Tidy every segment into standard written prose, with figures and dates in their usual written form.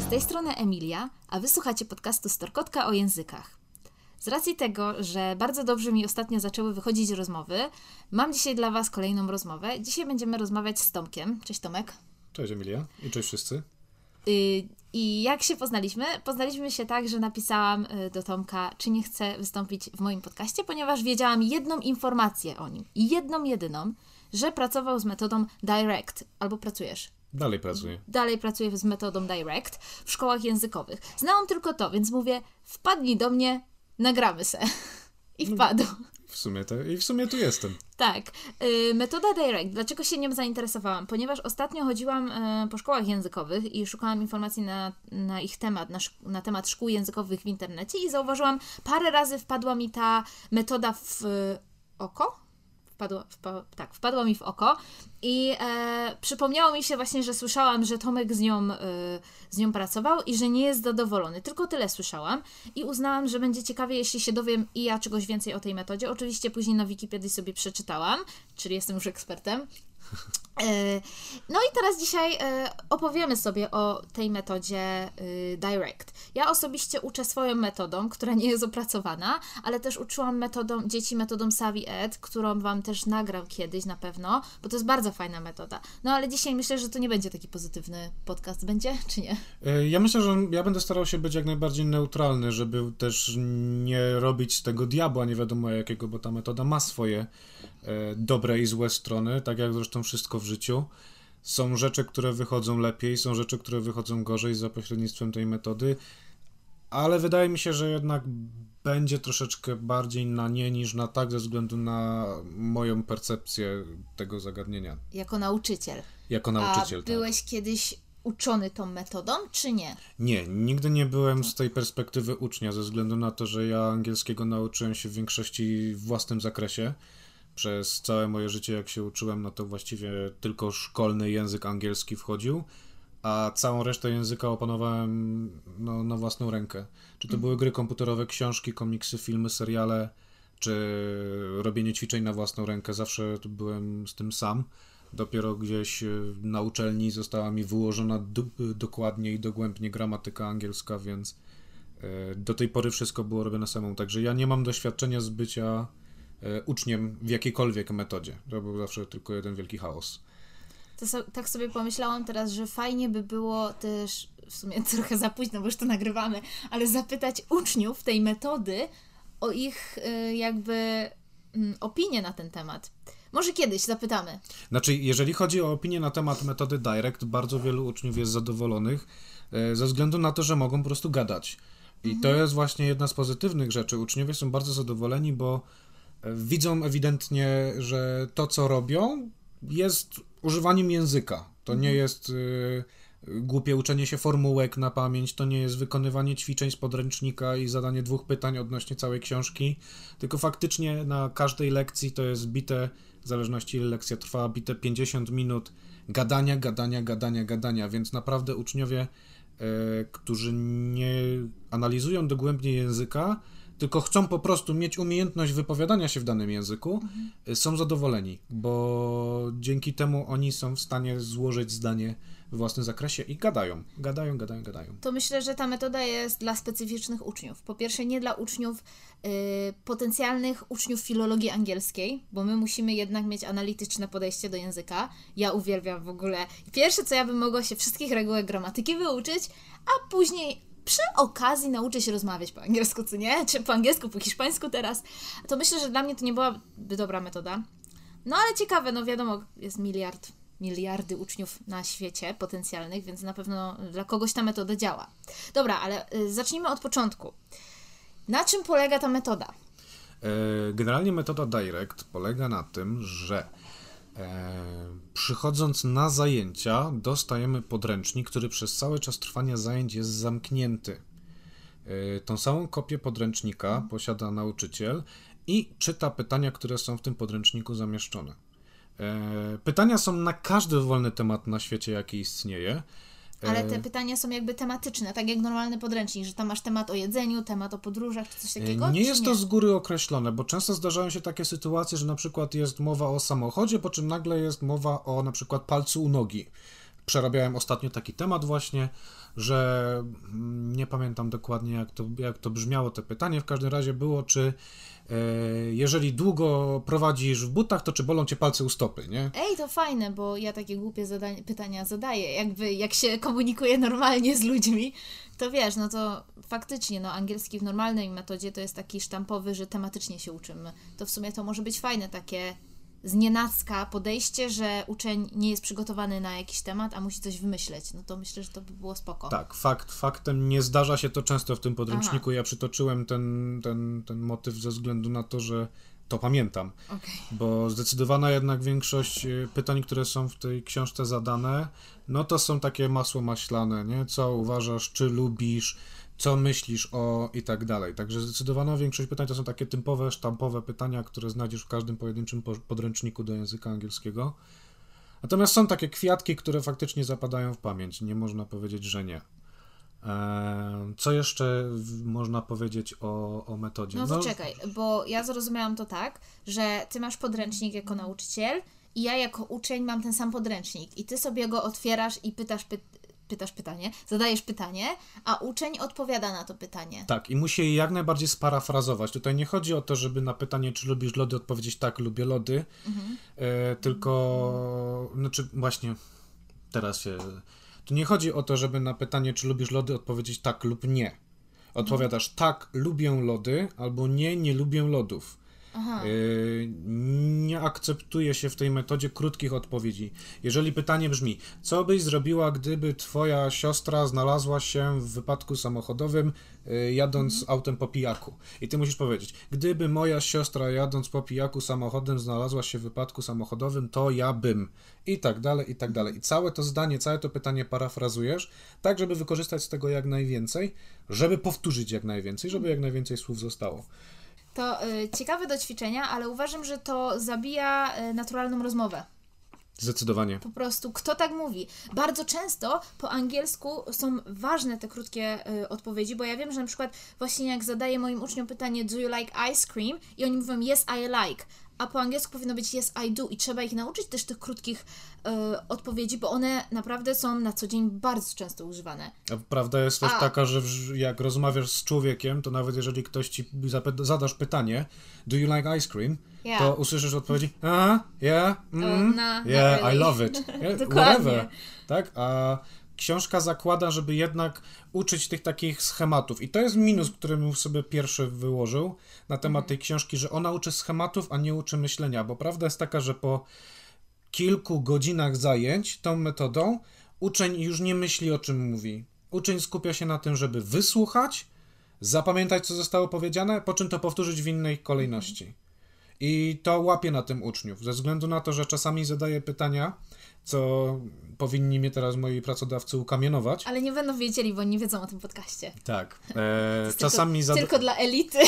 Z tej strony Emilia, a wysłuchacie podcastu Storkotka o językach. Z racji tego, że bardzo dobrze mi ostatnio zaczęły wychodzić rozmowy, mam dzisiaj dla Was kolejną rozmowę. Dzisiaj będziemy rozmawiać z Tomkiem. Cześć Tomek. Cześć Emilia i cześć wszyscy. I jak się poznaliśmy? Poznaliśmy się tak, że napisałam do Tomka, czy nie chce wystąpić w moim podcaście, ponieważ wiedziałam jedną informację o nim. Jedną, jedyną, że pracował z metodą Direct. Albo pracujesz? Dalej pracuję. Dalej pracuję z metodą Direct w szkołach językowych. Znałam tylko to, więc mówię, wpadnij do mnie, nagramy se. I wpadł. W sumie tu jestem. Tak. Metoda Direct. Dlaczego się nią zainteresowałam? Ponieważ ostatnio chodziłam po szkołach językowych i szukałam informacji na ich temat, na temat szkół językowych w internecie i zauważyłam, parę razy wpadła mi ta metoda w oko. Wpadła mi w oko i przypomniało mi się właśnie, że słyszałam, że Tomek z nią pracował i że nie jest zadowolony. Tylko tyle słyszałam i uznałam, że będzie ciekawie, jeśli się dowiem i ja czegoś więcej o tej metodzie. Oczywiście później na Wikipedii sobie przeczytałam, czyli jestem już ekspertem. No i teraz dzisiaj opowiemy sobie o tej metodzie Direct. Ja osobiście uczę swoją metodą, która nie jest opracowana, ale też uczyłam dzieci metodą Savvy-Ed, którą Wam też nagram kiedyś na pewno, bo to jest bardzo fajna metoda. No ale dzisiaj myślę, że to nie będzie taki pozytywny podcast, będzie, czy nie? Ja myślę, że ja będę starał się być jak najbardziej neutralny, żeby też nie robić z tego diabła nie wiadomo jakiego, bo ta metoda ma swoje dobre i złe strony, tak jak zresztą wszystko w życiu. Są rzeczy, które wychodzą lepiej, są rzeczy, które wychodzą gorzej za pośrednictwem tej metody, ale wydaje mi się, że jednak będzie troszeczkę bardziej na nie niż na tak, ze względu na moją percepcję tego zagadnienia. Jako nauczyciel. Jako nauczyciel, tak. A byłeś kiedyś uczony tą metodą, czy nie? Nie, nigdy nie byłem z tej perspektywy ucznia, ze względu na to, że ja angielskiego nauczyłem się w większości w własnym zakresie. Przez całe moje życie, jak się uczyłem, no to właściwie tylko szkolny język angielski wchodził, a całą resztę języka opanowałem na własną rękę. Czy to były gry komputerowe, książki, komiksy, filmy, seriale, czy robienie ćwiczeń na własną rękę. Zawsze byłem z tym sam. Dopiero gdzieś na uczelni została mi wyłożona dokładnie i dogłębnie gramatyka angielska, więc do tej pory wszystko było robione samą. Także ja nie mam doświadczenia z bycia uczniem w jakiejkolwiek metodzie. To był zawsze tylko jeden wielki chaos. Tak sobie pomyślałam teraz, że fajnie by było też, w sumie trochę za późno, bo już to nagrywamy, ale zapytać uczniów tej metody o ich jakby opinię na ten temat. Może kiedyś zapytamy. Znaczy, jeżeli chodzi o opinię na temat metody Direct, bardzo wielu uczniów jest zadowolonych ze względu na to, że mogą po prostu gadać. I to jest właśnie jedna z pozytywnych rzeczy. Uczniowie są bardzo zadowoleni, bo widzą ewidentnie, że to, co robią, jest używaniem języka. To nie jest głupie uczenie się formułek na pamięć, to nie jest wykonywanie ćwiczeń z podręcznika i zadanie 2 pytań odnośnie całej książki, tylko faktycznie na każdej lekcji to jest bite, w zależności ile lekcja trwa, bite 50 minut gadania, więc naprawdę uczniowie, którzy nie analizują dogłębnie języka, tylko chcą po prostu mieć umiejętność wypowiadania się w danym języku, są zadowoleni, bo dzięki temu oni są w stanie złożyć zdanie w własnym zakresie i gadają. To myślę, że ta metoda jest dla specyficznych uczniów. Po pierwsze, nie dla uczniów, potencjalnych uczniów filologii angielskiej, bo my musimy jednak mieć analityczne podejście do języka. Ja uwielbiam w ogóle. Pierwsze, co ja bym mogła się wszystkich regułek gramatyki wyuczyć, a później przy okazji nauczę się rozmawiać po angielsku, co nie? Czy po angielsku, po hiszpańsku teraz. To myślę, że dla mnie to nie byłaby dobra metoda. No ale ciekawe, no wiadomo, jest miliardy uczniów na świecie potencjalnych, więc na pewno dla kogoś ta metoda działa. Dobra, ale zacznijmy od początku. Na czym polega ta metoda? Generalnie metoda Direct polega na tym, że przychodząc na zajęcia dostajemy podręcznik, który przez cały czas trwania zajęć jest zamknięty. Tą samą kopię podręcznika posiada nauczyciel i czyta pytania, które są w tym podręczniku zamieszczone. Pytania są na każdy wolny temat na świecie, jaki istnieje. Ale te pytania są jakby tematyczne, tak jak normalny podręcznik, że tam masz temat o jedzeniu, temat o podróżach, czy coś takiego? Nie jest to z góry określone, bo często zdarzają się takie sytuacje, że na przykład jest mowa o samochodzie, po czym nagle jest mowa o na przykład palcu u nogi. przerabiałem ostatnio taki temat właśnie, że nie pamiętam dokładnie jak to brzmiało te pytanie, w każdym razie było, czy jeżeli długo prowadzisz w butach, to czy bolą cię palce u stopy, nie? Ej, to fajne, bo ja takie głupie pytania zadaję. Jak się komunikuję normalnie z ludźmi, to wiesz, no to faktycznie, no angielski w normalnej metodzie to jest taki sztampowy, że tematycznie się uczymy. To w sumie to może być fajne takie znienacka podejście, że uczeń nie jest przygotowany na jakiś temat, a musi coś wymyśleć. No to myślę, że to by było spoko. Tak, faktem nie zdarza się to często w tym podręczniku. Ja przytoczyłem ten motyw ze względu na to, że to pamiętam. Okay. Bo zdecydowana jednak większość pytań, które są w tej książce zadane, no to są takie masło maślane, nie? Co uważasz, czy lubisz, co myślisz o i tak dalej. Także zdecydowana większość pytań to są takie typowe, sztampowe pytania, które znajdziesz w każdym pojedynczym podręczniku do języka angielskiego. Natomiast są takie kwiatki, które faktycznie zapadają w pamięć. Nie można powiedzieć, że nie. Co jeszcze można powiedzieć o metodzie? No to czekaj, bo ja zrozumiałam to tak, że ty masz podręcznik jako nauczyciel i ja jako uczeń mam ten sam podręcznik i ty sobie go otwierasz i zadajesz pytanie, a uczeń odpowiada na to pytanie. Tak, i musi je jak najbardziej sparafrazować. Tutaj nie chodzi o to, żeby na pytanie, czy lubisz lody, odpowiedzieć tak, lubię lody, tylko, znaczy właśnie, teraz się... Tu nie chodzi o to, żeby na pytanie, czy lubisz lody, odpowiedzieć tak lub nie. Odpowiadasz tak, lubię lody, albo nie, nie lubię lodów. Nie akceptuje się w tej metodzie krótkich odpowiedzi. Jeżeli pytanie brzmi, co byś zrobiła, gdyby twoja siostra znalazła się w wypadku samochodowym jadąc autem po pijaku? I ty musisz powiedzieć, gdyby moja siostra jadąc po pijaku samochodem znalazła się w wypadku samochodowym, to ja bym. I tak dalej, i tak dalej. I całe to zdanie, całe to pytanie parafrazujesz, tak żeby wykorzystać z tego jak najwięcej, żeby powtórzyć jak najwięcej, żeby jak najwięcej słów zostało. To ciekawe do ćwiczenia, ale uważam, że to zabija naturalną rozmowę. Zdecydowanie. Po prostu, kto tak mówi? Bardzo często po angielsku są ważne te krótkie odpowiedzi, bo ja wiem, że na przykład właśnie jak zadaję moim uczniom pytanie do you like ice cream? I oni mówią yes I like, a po angielsku powinno być yes I do i trzeba ich nauczyć też tych krótkich odpowiedzi, bo one naprawdę są na co dzień bardzo często używane. A prawda jest też taka, że jak rozmawiasz z człowiekiem, to nawet jeżeli ktoś ci zadasz pytanie do you like ice cream? Yeah. To usłyszysz odpowiedzi yeah, yeah, really. I love it. Yeah, whatever. Tak? A książka zakłada, żeby jednak uczyć tych takich schematów. I to jest minus, który bym sobie pierwszy wyłożył na temat tej książki, że ona uczy schematów, a nie uczy myślenia. Bo prawda jest taka, że po kilku godzinach zajęć tą metodą uczeń już nie myśli, o czym mówi. Uczeń skupia się na tym, żeby wysłuchać, zapamiętać, co zostało powiedziane, po czym to powtórzyć w innej kolejności. I to łapie na tym uczniów, ze względu na to, że czasami zadaję pytania, co powinni mnie teraz moi pracodawcy ukamienować. Ale nie będą wiedzieli, bo nie wiedzą o tym podcaście. Tak. Czasami tylko dla elity.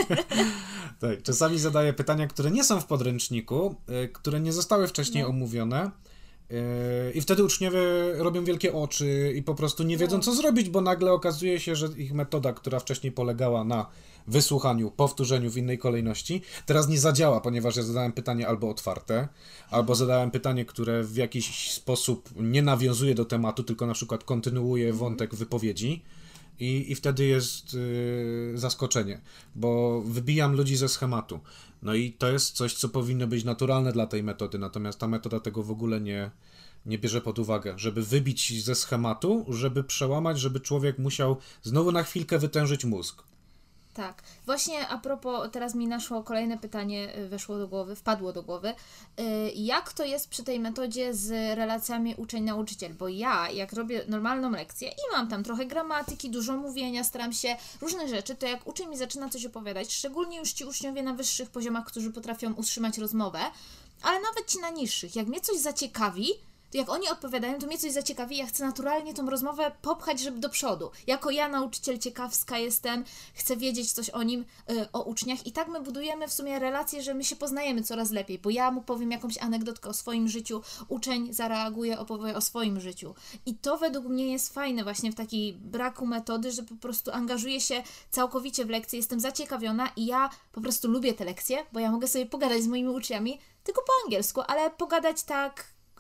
Tak, czasami zadaję pytania, które nie są w podręczniku, które nie zostały wcześniej omówione. I wtedy uczniowie robią wielkie oczy i po prostu nie wiedzą, co zrobić, bo nagle okazuje się, że ich metoda, która wcześniej polegała na wysłuchaniu, powtórzeniu w innej kolejności, teraz nie zadziała, ponieważ ja zadałem pytanie albo otwarte, albo zadałem pytanie, które w jakiś sposób nie nawiązuje do tematu, tylko na przykład kontynuuje wątek wypowiedzi. I wtedy jest zaskoczenie, bo wybijam ludzi ze schematu. No i to jest coś, co powinno być naturalne dla tej metody, natomiast ta metoda tego w ogóle nie bierze pod uwagę, żeby wybić ze schematu, żeby przełamać, żeby człowiek musiał znowu na chwilkę wytężyć mózg. Tak. Właśnie a propos, teraz mi naszło kolejne pytanie, wpadło do głowy. Jak to jest przy tej metodzie z relacjami uczeń-nauczyciel? Bo ja, jak robię normalną lekcję i mam tam trochę gramatyki, dużo mówienia, staram się różne rzeczy, to jak uczeń mi zaczyna coś opowiadać, szczególnie już ci uczniowie na wyższych poziomach, którzy potrafią utrzymać rozmowę, ale nawet ci na niższych, jak mnie coś zaciekawi, to jak oni odpowiadają, to mnie coś zaciekawi, ja chcę naturalnie tą rozmowę popchać, żeby do przodu. Jako ja, nauczyciel, ciekawska jestem, chcę wiedzieć coś o nim, o uczniach i tak my budujemy w sumie relacje, że my się poznajemy coraz lepiej, bo ja mu powiem jakąś anegdotkę o swoim życiu, uczeń zareaguje, opowie o swoim życiu. I to według mnie jest fajne właśnie w takiej braku metody, że po prostu angażuję się całkowicie w lekcję, jestem zaciekawiona i ja po prostu lubię te lekcje, bo ja mogę sobie pogadać z moimi uczniami, tylko po angielsku, ale pogadać tak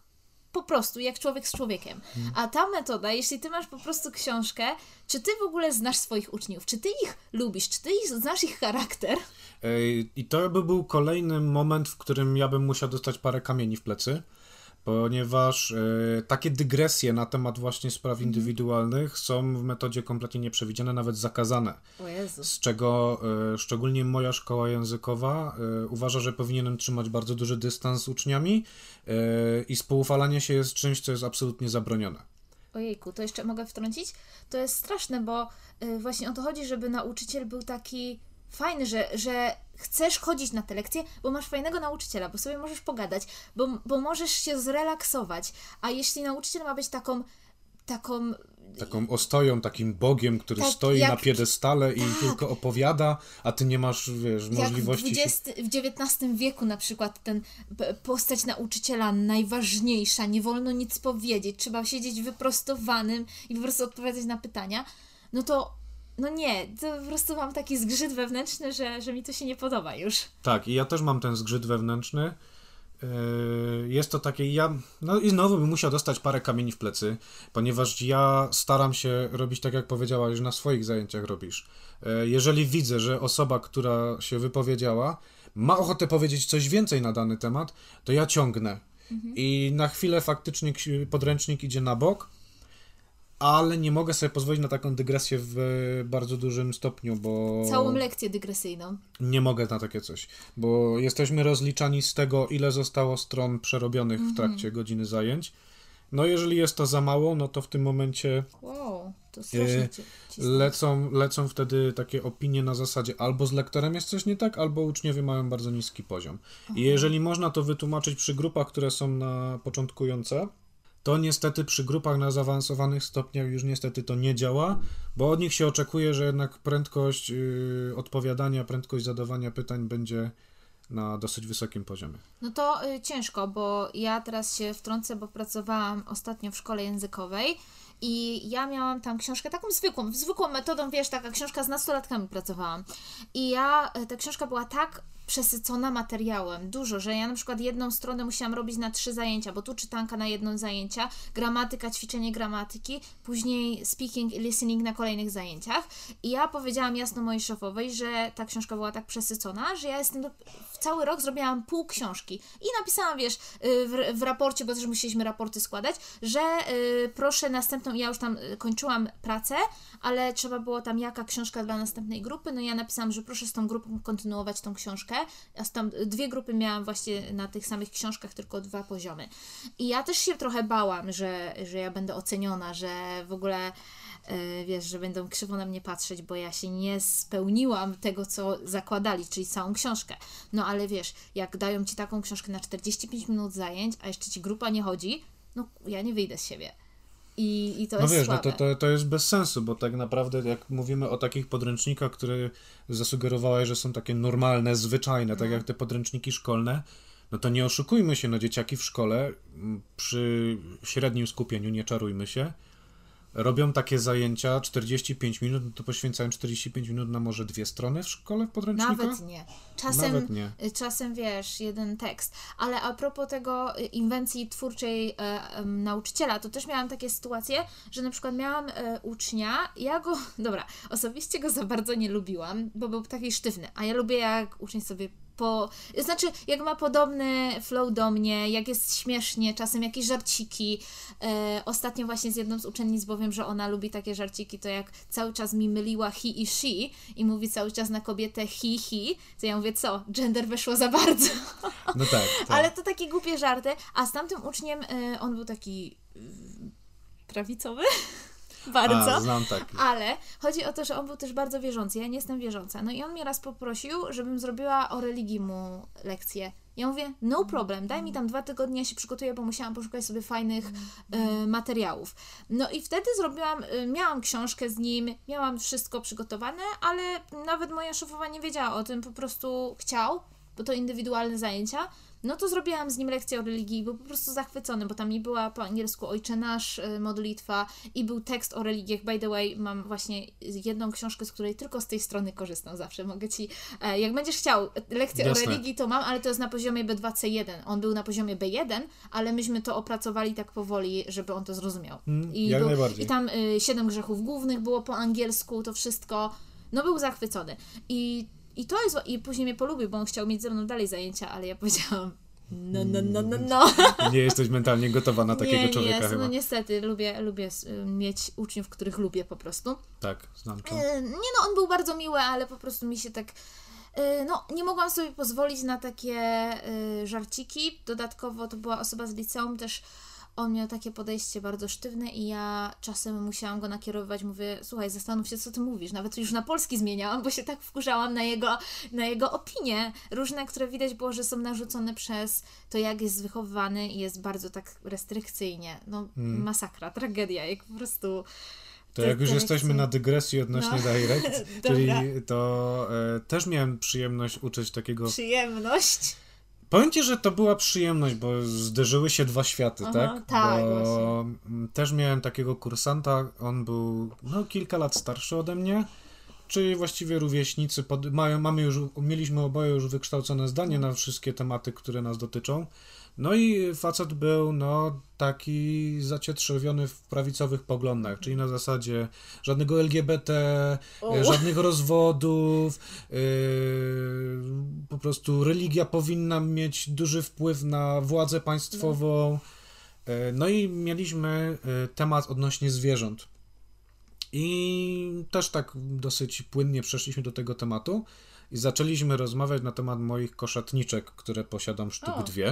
po prostu jak człowiek z człowiekiem. A ta metoda, jeśli ty masz po prostu książkę, czy ty w ogóle znasz swoich uczniów? Czy ty ich lubisz? Czy ty znasz ich charakter? I to by był kolejny moment, w którym ja bym musiał dostać parę kamieni w plecy, ponieważ takie dygresje na temat właśnie spraw indywidualnych są w metodzie kompletnie nieprzewidziane, nawet zakazane. O Jezu. Z czego szczególnie moja szkoła językowa uważa, że powinienem trzymać bardzo duży dystans z uczniami i spoufalanie się jest czymś, co jest absolutnie zabronione. Ojejku, to jeszcze mogę wtrącić? To jest straszne, bo właśnie o to chodzi, żeby nauczyciel był taki fajny, że chcesz chodzić na te lekcje, bo masz fajnego nauczyciela, bo sobie możesz pogadać, bo możesz się zrelaksować. A jeśli nauczyciel ma być taką ostoją, takim Bogiem, który tak, stoi jak na piedestale i tylko opowiada, a ty nie masz, możliwości... Jak w XIX wieku na przykład postać nauczyciela najważniejsza, nie wolno nic powiedzieć, trzeba siedzieć wyprostowanym i po prostu odpowiadać na pytania, no nie, to po prostu mam taki zgrzyt wewnętrzny, że mi to się nie podoba już. Tak, i ja też mam ten zgrzyt wewnętrzny. Jest to takie, no i znowu bym musiał dostać parę kamieni w plecy, ponieważ ja staram się robić tak, jak powiedziałaś, że na swoich zajęciach robisz. Jeżeli widzę, że osoba, która się wypowiedziała, ma ochotę powiedzieć coś więcej na dany temat, to ja ciągnę. I na chwilę faktycznie podręcznik idzie na bok, ale nie mogę sobie pozwolić na taką dygresję w bardzo dużym stopniu, bo... Całą lekcję dygresyjną. Nie mogę na takie coś, bo jesteśmy rozliczani z tego, ile zostało stron przerobionych w trakcie godziny zajęć. No jeżeli jest to za mało, no to w tym momencie wow, to strasznie lecą wtedy takie opinie na zasadzie albo z lektorem jest coś nie tak, albo uczniowie mają bardzo niski poziom. I jeżeli można to wytłumaczyć przy grupach, które są na początkujące, to niestety przy grupach na zaawansowanych stopniach już niestety to nie działa, bo od nich się oczekuje, że jednak prędkość odpowiadania, prędkość zadawania pytań będzie na dosyć wysokim poziomie. No to ciężko, bo ja teraz się wtrącę, bo pracowałam ostatnio w szkole językowej i ja miałam tam książkę taką zwykłą metodą, wiesz, taka książka z nastolatkami pracowałam. I ta książka była tak przesycona materiałem, dużo, że ja na przykład jedną stronę musiałam robić na 3 zajęcia, bo tu czytanka na jedno zajęcia, gramatyka, ćwiczenie gramatyki, później speaking i listening na kolejnych zajęciach. I ja powiedziałam jasno mojej szefowej, że ta książka była tak przesycona, że ja w cały rok zrobiłam pół książki. I napisałam, wiesz, w raporcie, bo też musieliśmy raporty składać, że proszę następną, ja już tam kończyłam pracę, ale trzeba było tam jaka książka dla następnej grupy, no ja napisałam, że proszę z tą grupą kontynuować tą książkę. Ja tam 2 grupy miałam właśnie na tych samych książkach, tylko 2 poziomy. I ja też się trochę bałam, że ja będę oceniona, że w ogóle wiesz, że będą krzywo na mnie patrzeć, bo ja się nie spełniłam tego, co zakładali, czyli całą książkę. No ale wiesz, jak dają ci taką książkę na 45 minut zajęć, a jeszcze ci grupa nie chodzi, no ja nie wyjdę z siebie. I to jest słabe. No to jest bez sensu, bo tak naprawdę jak mówimy o takich podręcznikach, które zasugerowałaś, że są takie normalne, zwyczajne, tak jak te podręczniki szkolne, no to nie oszukujmy się, no dzieciaki w szkole przy średnim skupieniu, nie czarujmy się, robią takie zajęcia 45 minut, no to poświęcają 45 minut na może 2 strony w szkole w podręczniku? Nawet nie. Czasem wiesz, jeden tekst. Ale a propos tego inwencji twórczej nauczyciela, to też miałam takie sytuacje, że na przykład miałam ucznia, ja go, osobiście go za bardzo nie lubiłam, bo był taki sztywny, a ja lubię jak uczeń sobie znaczy, jak ma podobny flow do mnie, jak jest śmiesznie, czasem jakieś żarciki. Ostatnio właśnie z jedną z uczennic, bo wiem, że ona lubi takie żarciki, to jak cały czas mi myliła he i she i mówi cały czas na kobietę he, to ja mówię, co? Gender weszło za bardzo. No tak. Ale to takie głupie żarty, a z tamtym uczniem on był taki prawicowy. Bardzo, znam taki. Ale chodzi o to, że on był też bardzo wierzący, ja nie jestem wierząca. No i on mnie raz poprosił, żebym zrobiła o religii mu lekcję. Ja mówię, no problem, daj mi tam 2 tygodnie, ja się przygotuję, bo musiałam poszukać sobie fajnych materiałów. No i wtedy miałam książkę z nim, miałam wszystko przygotowane, ale nawet moja szefowa nie wiedziała o tym, po prostu chciał, bo to indywidualne zajęcia. no to zrobiłam z nim lekcję o religii i był po prostu zachwycony, bo tam i była po angielsku Ojcze Nasz, modlitwa i był tekst o religiach. By the way, mam właśnie jedną książkę, z której tylko z tej strony korzystam zawsze. Mogę Ci, jak będziesz chciał lekcję o religii, to mam, ale to jest na poziomie B2, C1. On był na poziomie B1, ale myśmy to opracowali tak powoli, żeby on to zrozumiał. Jak najbardziej. I tam 7 grzechów głównych było po angielsku, to wszystko. No był zachwycony. I to jest, i później mnie polubił, bo on chciał mieć ze mną dalej zajęcia, ale ja powiedziałam no. Nie jesteś mentalnie gotowa na takiego człowieka nie, chyba. No niestety, lubię mieć uczniów, których lubię po prostu. Tak, znam to. On był bardzo miły, ale po prostu mi się tak... nie mogłam sobie pozwolić na takie żarciki. Dodatkowo to była osoba z liceum też. On miał takie podejście bardzo sztywne i ja czasem musiałam go nakierowywać. Mówię, słuchaj, zastanów się, co ty mówisz. Nawet już na polski zmieniałam, bo się tak wkurzałam na jego opinie. Różne, które widać było, że są narzucone przez to, jak jest wychowywany i jest bardzo tak restrykcyjnie. Masakra, tragedia, jak po prostu... To jak już jesteśmy na dygresji odnośnie Direct, czyli to też miałem przyjemność uczyć takiego... Przyjemność? Powiem Ci, że to była przyjemność, bo zderzyły się dwa światy, tak? Tak, bo właśnie. też miałem takiego kursanta, on był kilka lat starszy ode mnie, czyli właściwie rówieśnicy, mieliśmy oboje już wykształcone zdanie na wszystkie tematy, które nas dotyczą. No i facet był taki zacietrzewiony w prawicowych poglądach, czyli na zasadzie żadnego LGBT, żadnych rozwodów, po prostu religia powinna mieć duży wpływ na władzę państwową. No i mieliśmy temat odnośnie zwierząt. I też tak dosyć płynnie przeszliśmy do tego tematu i zaczęliśmy rozmawiać na temat moich koszatniczek, które posiadam sztuk 2.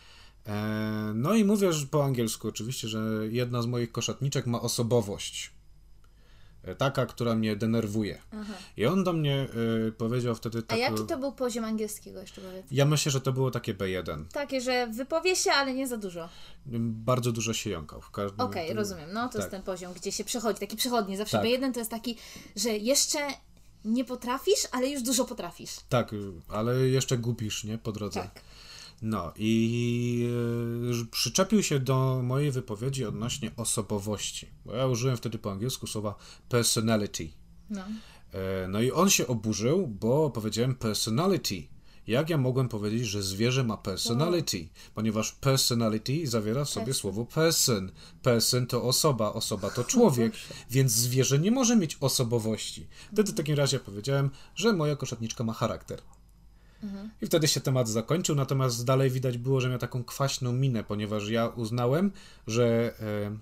No i mówię że po angielsku oczywiście, że jedna z moich koszatniczek ma osobowość. Taka, która mnie denerwuje. Aha. I on do mnie powiedział wtedy... A jaki to był poziom angielskiego jeszcze powiedz? Ja myślę, że to było takie B1. Takie, że wypowie się, ale nie za dużo. Bardzo dużo się jąkał. Okej, rozumiem. No to jest ten poziom, gdzie się przechodzi, taki przechodni. Zawsze B1 to jest taki, że jeszcze nie potrafisz, ale już dużo potrafisz. Tak, ale jeszcze gubisz, nie? Po drodze. Tak. No i przyczepił się do mojej wypowiedzi odnośnie osobowości, bo ja użyłem wtedy po angielsku słowa personality. No i on się oburzył, bo powiedziałem personality. Jak ja mogłem powiedzieć, że zwierzę ma personality? Ponieważ personality zawiera w sobie słowo person. Person to osoba, osoba to człowiek, więc zwierzę nie może mieć osobowości. Wtedy w takim razie powiedziałem, że moja koszatniczka ma charakter. I wtedy się temat zakończył, natomiast dalej widać było, że miał taką kwaśną minę, ponieważ ja uznałem, że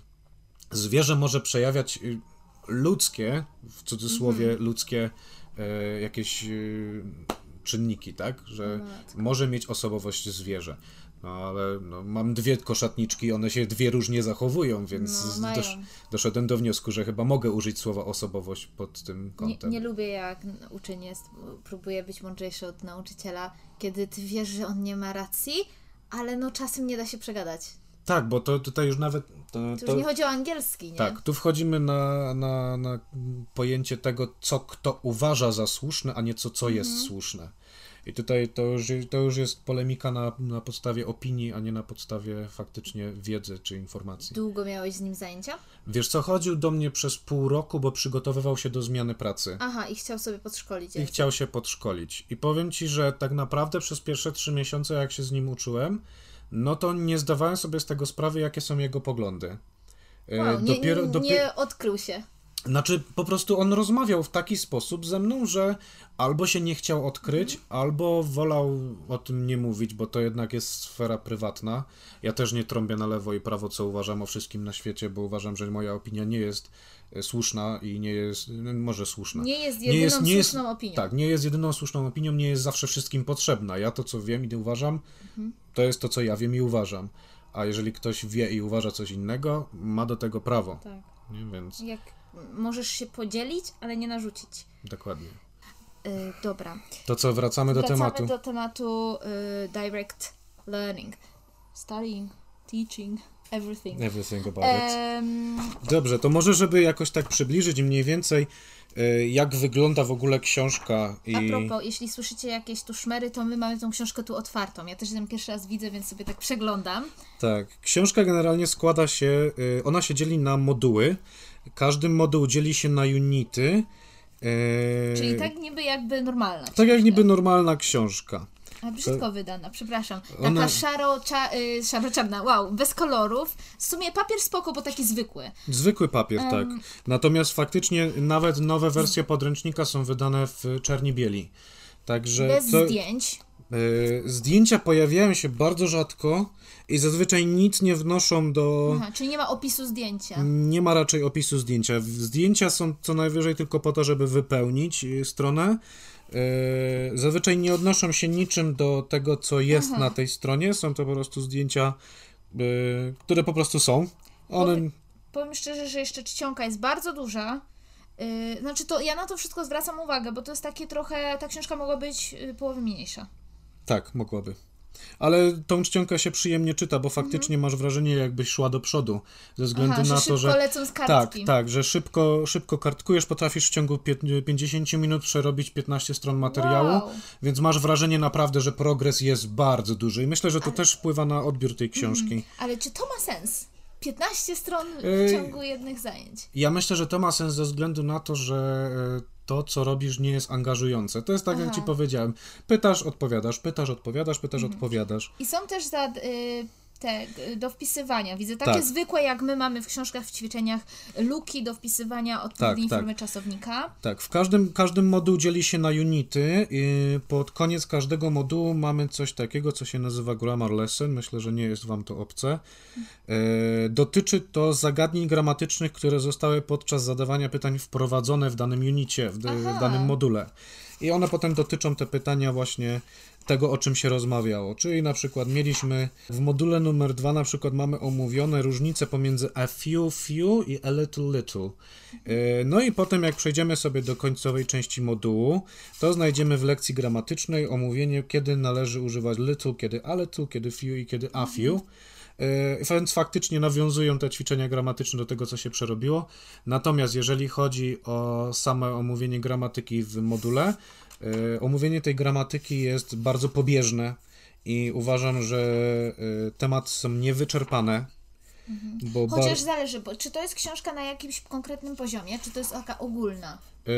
zwierzę może przejawiać ludzkie, w cudzysłowie ludzkie jakieś czynniki, tak? Że może mieć osobowość zwierzę. No ale mam 2 koszatniczki, one się 2 różnie zachowują, więc doszedłem do wniosku, że chyba mogę użyć słowa osobowość pod tym kątem. Nie lubię, jak uczeń próbuje być mądrzejszy od nauczyciela, kiedy ty wiesz, że on nie ma racji, ale czasem nie da się przegadać. Tak, bo to tutaj już nawet... To już nie chodzi o angielski, nie? Tak, tu wchodzimy na pojęcie tego, co kto uważa za słuszne, a nie co jest słuszne. I tutaj to już jest polemika na podstawie opinii, a nie na podstawie faktycznie wiedzy czy informacji. Długo miałeś z nim zajęcia? Wiesz co, chodził do mnie przez pół roku, bo przygotowywał się do zmiany pracy. Aha, i chciał sobie podszkolić. I chciał się podszkolić. I powiem Ci, że tak naprawdę przez pierwsze 3 miesiące, jak się z nim uczyłem, to nie zdawałem sobie z tego sprawy, jakie są jego poglądy. Wow, nie odkrył się. Znaczy, po prostu on rozmawiał w taki sposób ze mną, że albo się nie chciał odkryć, albo wolał o tym nie mówić, bo to jednak jest sfera prywatna. Ja też nie trąbię na lewo i prawo, co uważam o wszystkim na świecie, bo uważam, że moja opinia nie jest słuszna i nie jest, może słuszna. Nie jest jedyną słuszną opinią. Tak, nie jest jedyną słuszną opinią, nie jest zawsze wszystkim potrzebna. Ja to, co wiem i uważam, to jest to, co ja wiem i uważam. A jeżeli ktoś wie i uważa coś innego, ma do tego prawo. Tak. Nie? Więc... Możesz się podzielić, ale nie narzucić. Dokładnie. Dobra. To co, wracamy do tematu? Wracamy do tematu direct learning. Studying, teaching, everything. Everything about it. Dobrze, to może żeby jakoś tak przybliżyć mniej więcej, jak wygląda w ogóle książka. A propos, jeśli słyszycie jakieś tu szmery, to my mamy tą książkę tu otwartą. Ja też ją pierwszy raz widzę, więc sobie tak przeglądam. Tak, książka generalnie składa się, ona się dzieli na moduły. Każdy moduł dzieli się na unity. Czyli tak niby jakby normalna książka. Tak jak niby normalna książka. A brzydko wydana, przepraszam. Taka szaro-czarna, wow, bez kolorów. W sumie papier spoko, bo taki zwykły. Zwykły papier, tak. Natomiast faktycznie nawet nowe wersje podręcznika są wydane w czerni-bieli. Także bez zdjęć. Zdjęcia pojawiają się bardzo rzadko i zazwyczaj nic nie wnoszą do... Aha, czyli nie ma opisu zdjęcia. Nie ma raczej opisu zdjęcia. Zdjęcia są co najwyżej tylko po to, żeby wypełnić stronę. Zazwyczaj nie odnoszą się niczym do tego, co jest na tej stronie. Są to po prostu zdjęcia, które po prostu są. Powiem szczerze, że jeszcze czcionka jest bardzo duża. Znaczy to ja na to wszystko zwracam uwagę, bo to jest takie trochę, ta książka mogła być połowę mniejsza. Tak, mogłaby. Ale tą czcionkę się przyjemnie czyta, bo faktycznie masz wrażenie, jakbyś szła do przodu. Ze względu na to, że lecą z kartki. Tak, że szybko kartkujesz, potrafisz w ciągu 50 minut przerobić 15 stron materiału, więc masz wrażenie naprawdę, że progres jest bardzo duży. I myślę, że to też wpływa na odbiór tej książki. Ale czy to ma sens? 15 stron w ciągu jednych zajęć. Ja myślę, że to ma sens ze względu na to, że to, co robisz, nie jest angażujące. To jest tak, jak ci powiedziałem. Pytasz, odpowiadasz, odpowiadasz. I są też te do wpisywania. Widzę takie zwykłe, jak my mamy w książkach, w ćwiczeniach, luki do wpisywania odpowiedniej formy czasownika. Tak, w każdym moduł dzieli się na unity i pod koniec każdego modułu mamy coś takiego, co się nazywa grammar lesson. Myślę, że nie jest wam to obce. Dotyczy to zagadnień gramatycznych, które zostały podczas zadawania pytań wprowadzone w danym unicie, w danym module. I one potem dotyczą te pytania właśnie tego, o czym się rozmawiało. Czyli na przykład mieliśmy w module numer 2 na przykład mamy omówione różnice pomiędzy a few i a little. No i potem jak przejdziemy sobie do końcowej części modułu, to znajdziemy w lekcji gramatycznej omówienie, kiedy należy używać little, kiedy a little, kiedy few i kiedy a few. Więc faktycznie nawiązują te ćwiczenia gramatyczne do tego, co się przerobiło. Natomiast jeżeli chodzi o same omówienie gramatyki w module, omówienie tej gramatyki jest bardzo pobieżne i uważam, że tematy są niewyczerpane. Chociaż zależy, bo czy to jest książka na jakimś konkretnym poziomie, czy to jest taka ogólna?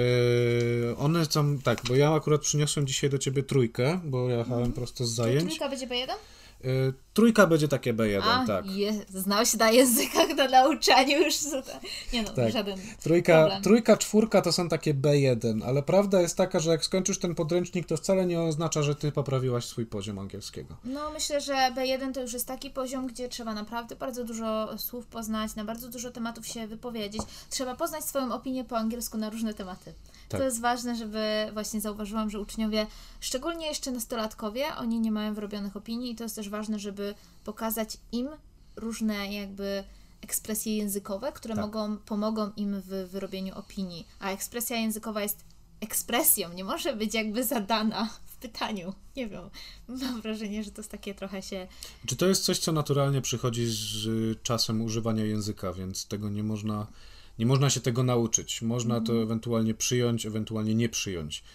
One są, tak, bo ja akurat przyniosłem dzisiaj do ciebie 3, bo ja jechałem prosto z zajęć. To 3 będzie B1? 3 będzie takie B1, tak. Znał się na językach, na nauczaniu już. Nie no, tak. Żaden 3, 4 to są takie B1, ale prawda jest taka, że jak skończysz ten podręcznik, to wcale nie oznacza, że ty poprawiłaś swój poziom angielskiego. No myślę, że B1 to już jest taki poziom, gdzie trzeba naprawdę bardzo dużo słów poznać, na bardzo dużo tematów się wypowiedzieć. Trzeba poznać swoją opinię po angielsku na różne tematy. Tak. To jest ważne, żeby właśnie zauważyłam, że uczniowie, szczególnie jeszcze nastolatkowie, oni nie mają wyrobionych opinii i to jest też ważne, żeby pokazać im różne jakby ekspresje językowe, które pomogą im w wyrobieniu opinii. A ekspresja językowa jest ekspresją, nie może być jakby zadana w pytaniu. Nie wiem, mam wrażenie, że to jest takie trochę się... Czy to jest coś, co naturalnie przychodzi z czasem używania języka, więc tego nie można się tego nauczyć. Można to ewentualnie przyjąć, ewentualnie nie przyjąć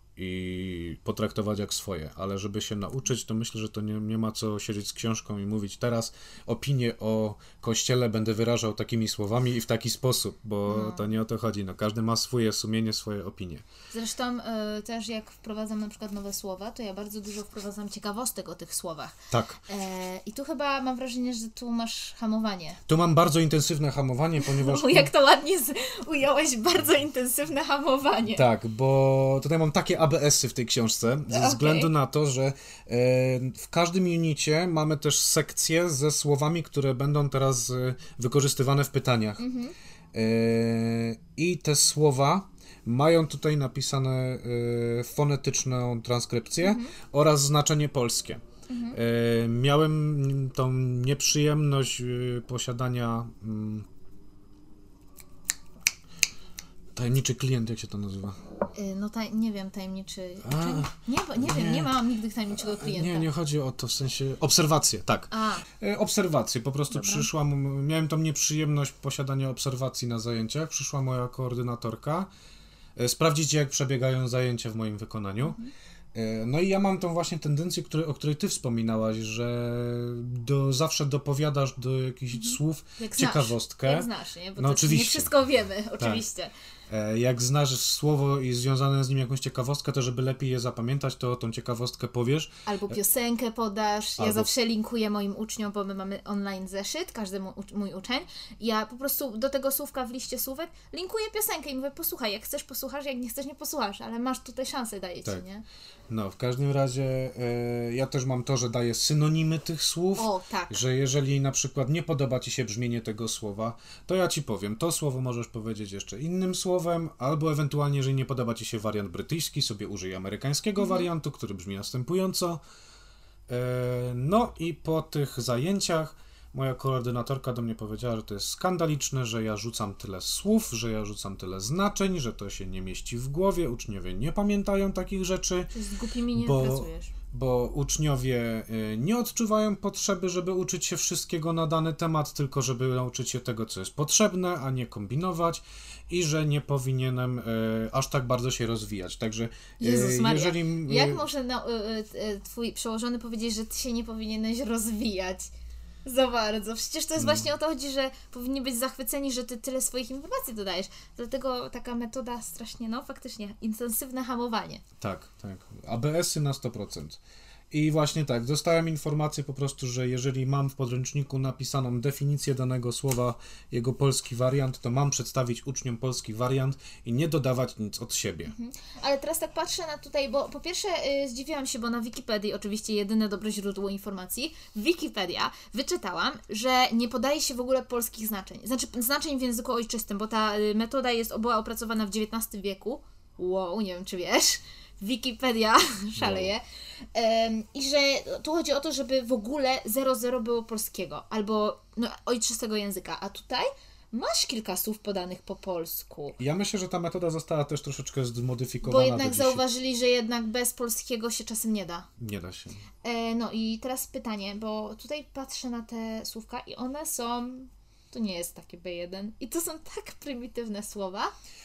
i potraktować jak swoje, ale żeby się nauczyć, to myślę, że to nie ma co siedzieć z książką i mówić teraz opinię o Kościele będę wyrażał takimi słowami i w taki sposób, bo to nie o to chodzi. No, każdy ma swoje sumienie, swoje opinie. Zresztą też jak wprowadzam na przykład nowe słowa, to ja bardzo dużo wprowadzam ciekawostek o tych słowach. Tak. I tu chyba mam wrażenie, że tu masz hamowanie. Tu mam bardzo intensywne hamowanie, ponieważ... Jak to ładnie ująłeś, bardzo intensywne hamowanie. Tak, bo tutaj mam takie ABS-y w tej książce, ze względu na to, że w każdym unicie mamy też sekcje ze słowami, które będą teraz wykorzystywane w pytaniach. I te słowa mają tutaj napisane fonetyczną transkrypcję oraz znaczenie polskie. Miałem tą nieprzyjemność posiadania tajemniczy klient, jak się to nazywa? No nie wiem, tajemniczy... Nie wiem, nie mam nigdy tajemniczego klienta. Nie chodzi o to, w sensie... Obserwacje, tak. Obserwacje, po prostu miałem tą nieprzyjemność posiadania obserwacji na zajęciach, przyszła moja koordynatorka sprawdzić, jak przebiegają zajęcia w moim wykonaniu. No i ja mam tą właśnie tendencję, o której ty wspominałaś, że zawsze dopowiadasz do jakichś słów ciekawostkę. Jak znasz, nie? Bo no to oczywiście. Nie wszystko wiemy, oczywiście. Tak. Jak znasz słowo i związane z nim jakąś ciekawostkę, to żeby lepiej je zapamiętać, to tą ciekawostkę powiesz. Albo piosenkę podasz. Ja zawsze linkuję moim uczniom, bo my mamy online zeszyt, każdy mój uczeń. Ja po prostu do tego słówka w liście słówek linkuję piosenkę i mówię, posłuchaj, jak chcesz posłuchasz, jak nie chcesz nie posłuchasz, ale masz tutaj szansę, daję ci, nie? No, w każdym razie ja też mam to, że daję synonimy tych słów, że jeżeli na przykład nie podoba ci się brzmienie tego słowa, to ja ci powiem, to słowo możesz powiedzieć jeszcze innym słowem, albo ewentualnie, jeżeli nie podoba ci się wariant brytyjski, sobie użyj amerykańskiego wariantu, który brzmi następująco. No i po tych zajęciach moja koordynatorka do mnie powiedziała, że to jest skandaliczne, że ja rzucam tyle słów, że ja rzucam tyle znaczeń, że to się nie mieści w głowie, uczniowie nie pamiętają takich rzeczy. Z głupimi nie pracujesz. Bo uczniowie nie odczuwają potrzeby, żeby uczyć się wszystkiego na dany temat, tylko żeby nauczyć się tego, co jest potrzebne, a nie kombinować i że nie powinienem aż tak bardzo się rozwijać. Także Jezus Maria, jeżeli... jak może twój przełożony powiedzieć, że ty się nie powinieneś rozwijać? Za bardzo. Przecież to jest właśnie o to chodzi, że powinni być zachwyceni, że ty tyle swoich informacji dodajesz. Dlatego taka metoda strasznie, faktycznie, intensywne hamowanie. Tak. ABS-y na 100%. I właśnie tak, dostałem informację po prostu, że jeżeli mam w podręczniku napisaną definicję danego słowa, jego polski wariant, to mam przedstawić uczniom polski wariant i nie dodawać nic od siebie. Ale teraz tak patrzę na tutaj, bo po pierwsze zdziwiłam się, bo na Wikipedii, oczywiście jedyne dobre źródło informacji, Wikipedia, wyczytałam, że nie podaje się w ogóle polskich znaczeń. Znaczy znaczeń w języku ojczystym, bo ta metoda była opracowana w XIX wieku. Wow, nie wiem czy wiesz. Wikipedia szaleje. I że tu chodzi o to, żeby w ogóle 00 było polskiego albo ojczystego języka, a tutaj masz kilka słów podanych po polsku. Ja myślę, że ta metoda została też troszeczkę zmodyfikowana. Bo jednak zauważyli, że jednak bez polskiego się czasem nie da. Nie da się. No i teraz pytanie, bo tutaj patrzę na te słówka i one są... To nie jest takie B1 i to są tak prymitywne słowa.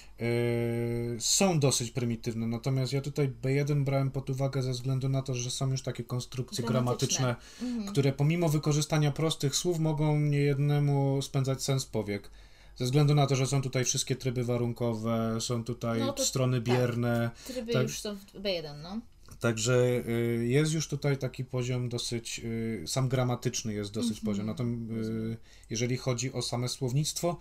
Są dosyć prymitywne, natomiast ja tutaj B1 brałem pod uwagę ze względu na to, że są już takie konstrukcje gramatyczne, które pomimo wykorzystania prostych słów mogą niejednemu spędzać sens powiek. Ze względu na to, że są tutaj wszystkie tryby warunkowe, są tutaj strony bierne. Tryby już są w B1, Także jest już tutaj taki poziom dosyć, sam gramatyczny jest dosyć poziom. Natomiast jeżeli chodzi o same słownictwo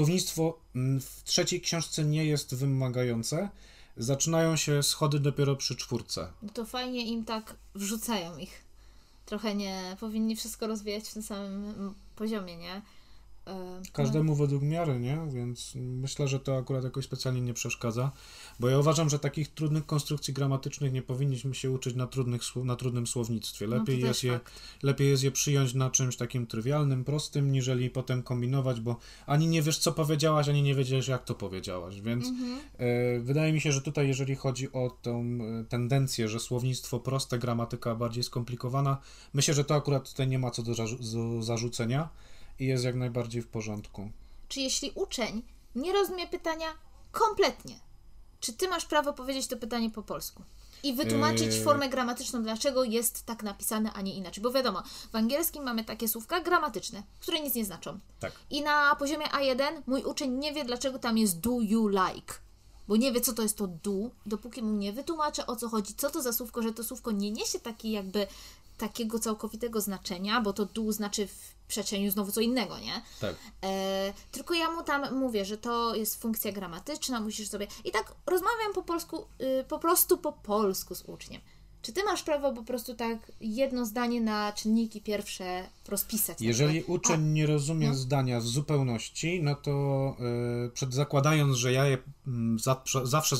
w trzeciej książce nie jest wymagające. Zaczynają się schody dopiero przy 4. No to fajnie im tak wrzucają ich. Trochę nie powinni wszystko rozwijać w tym samym poziomie, nie? Każdemu według miary, nie? Więc myślę, że to akurat jakoś specjalnie nie przeszkadza, bo ja uważam, że takich trudnych konstrukcji gramatycznych nie powinniśmy się uczyć na trudnym słownictwie. Lepiej jest je przyjąć na czymś takim trywialnym, prostym, niżeli potem kombinować, bo ani nie wiesz, co powiedziałaś, ani nie wiedziesz, jak to powiedziałaś, więc wydaje mi się, że tutaj, jeżeli chodzi o tą tendencję, że słownictwo proste, gramatyka bardziej skomplikowana, myślę, że to akurat tutaj nie ma co do zarzucenia. I jest jak najbardziej w porządku. Czy jeśli uczeń nie rozumie pytania kompletnie, czy ty masz prawo powiedzieć to pytanie po polsku? I wytłumaczyć formę gramatyczną, dlaczego jest tak napisane, a nie inaczej. Bo wiadomo, w angielskim mamy takie słówka gramatyczne, które nic nie znaczą. Tak. I na poziomie A1 mój uczeń nie wie, dlaczego tam jest do you like. Bo nie wie, co to jest to do, dopóki mu nie wytłumaczę, o co chodzi, co to za słówko, że to słówko nie niesie takiego całkowitego znaczenia, bo to do znaczy w przeczeniu znowu co innego, nie? Tak. Tylko ja mu tam mówię, że to jest funkcja gramatyczna, musisz sobie... I tak rozmawiam po polsku, po prostu po polsku z uczniem. Czy ty masz prawo po prostu tak jedno zdanie na czynniki pierwsze rozpisać? Jeżeli uczeń nie rozumie zdania w zupełności, no to zakładając, że ja je zawsze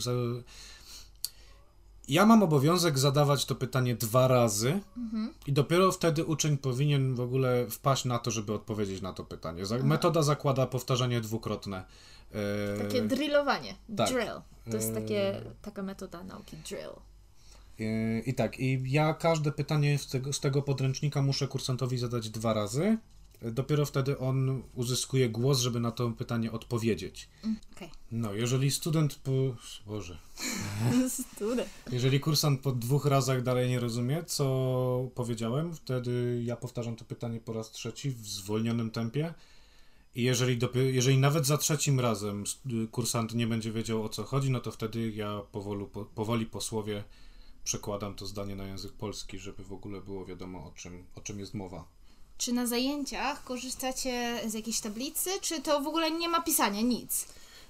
ja mam obowiązek zadawać to pytanie 2 razy i dopiero wtedy uczeń powinien w ogóle wpaść na to, żeby odpowiedzieć na to pytanie. Metoda zakłada powtarzanie dwukrotne. Takie drillowanie. Tak. Drill. To jest taka metoda nauki. Drill. I ja każde pytanie z tego podręcznika muszę kursantowi zadać 2 razy dopiero wtedy on uzyskuje głos, żeby na to pytanie odpowiedzieć. Okay. No, jeżeli student Boże. Student. Jeżeli kursant po 2 razach dalej nie rozumie, co powiedziałem, wtedy ja powtarzam to pytanie po raz 3 w zwolnionym tempie. I jeżeli nawet za 3 razem kursant nie będzie wiedział, o co chodzi, no to wtedy ja powoli po słowie przekładam to zdanie na język polski, żeby w ogóle było wiadomo, o czym jest mowa. Czy na zajęciach korzystacie z jakiejś tablicy, czy to w ogóle nie ma pisania, nic?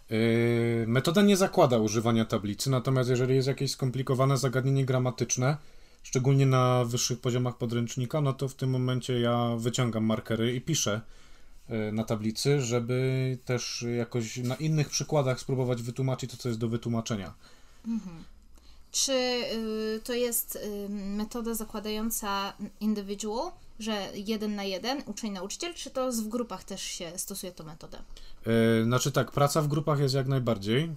Metoda nie zakłada używania tablicy, natomiast jeżeli jest jakieś skomplikowane zagadnienie gramatyczne, szczególnie na wyższych poziomach podręcznika, no to w tym momencie ja wyciągam markery i piszę na tablicy, żeby też jakoś na innych przykładach spróbować wytłumaczyć to, co jest do wytłumaczenia. Mhm. Czy to jest metoda zakładająca individual, że 1 na 1, uczeń-nauczyciel, czy to w grupach też się stosuje tę metodę? Znaczy tak, praca w grupach jest jak najbardziej.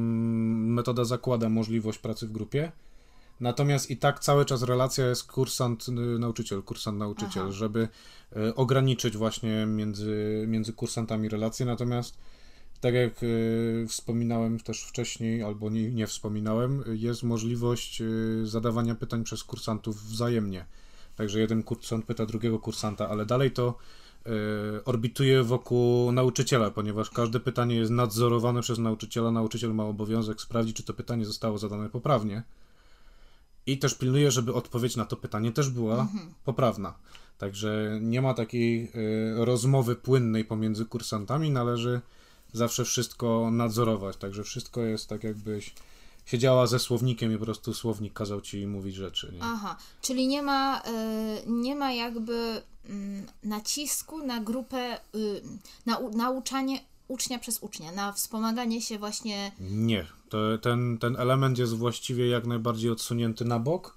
Metoda zakłada możliwość pracy w grupie. Natomiast i tak cały czas relacja jest kursant-nauczyciel, kursant-nauczyciel, żeby ograniczyć właśnie między kursantami relacje. Natomiast tak jak wspominałem też wcześniej, albo nie wspominałem, jest możliwość zadawania pytań przez kursantów wzajemnie. Także jeden kursant pyta drugiego kursanta, ale dalej to orbituje wokół nauczyciela, ponieważ każde pytanie jest nadzorowane przez nauczyciela. Nauczyciel ma obowiązek sprawdzić, czy to pytanie zostało zadane poprawnie. I też pilnuje, żeby odpowiedź na to pytanie też była poprawna. Także nie ma takiej rozmowy płynnej pomiędzy kursantami, należy zawsze wszystko nadzorować. Także wszystko jest tak, jakbyś siedziała ze słownikiem i po prostu słownik kazał ci mówić rzeczy. Nie? Aha, czyli nie ma jakby nacisku na grupę, na nauczanie ucznia przez ucznia, na wspomaganie się właśnie... Nie, ten element jest właściwie jak najbardziej odsunięty na bok.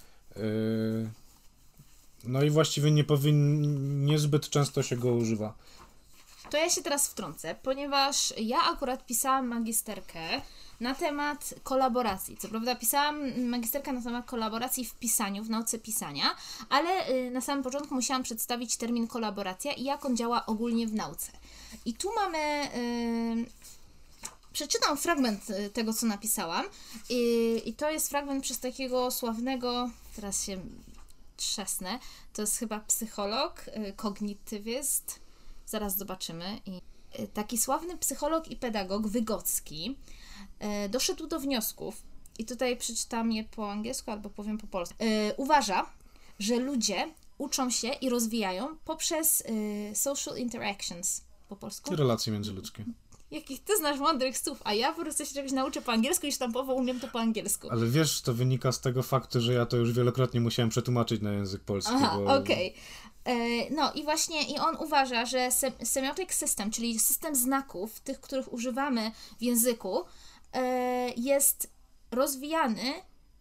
No i właściwie niezbyt często się go używa. To ja się teraz wtrącę, ponieważ ja akurat pisałam magisterkę na temat kolaboracji. Co prawda pisałam magisterkę na temat kolaboracji w pisaniu, w nauce pisania, ale na samym początku musiałam przedstawić termin kolaboracja i jak on działa ogólnie w nauce. I tu mamy... Przeczytam fragment tego, co napisałam. I to jest fragment przez takiego sławnego... Teraz się trzasnę. To jest chyba psycholog, kognitywyst. Zaraz zobaczymy. Taki sławny psycholog i pedagog Wygocki doszedł do wniosków, i tutaj przeczytam je po angielsku albo powiem po polsku. Uważa, że ludzie uczą się i rozwijają poprzez social interactions. Po polsku? Relacje międzyludzkie. Jakich ty znasz mądrych słów, a ja po prostu się czegoś nauczę po angielsku i sztampowo umiem to po angielsku. Ale wiesz, to wynika z tego faktu, że ja to już wielokrotnie musiałem przetłumaczyć na język polski. Aha, okej. No i właśnie on uważa, że semiotic system, czyli system znaków, tych, których używamy w języku, jest rozwijany,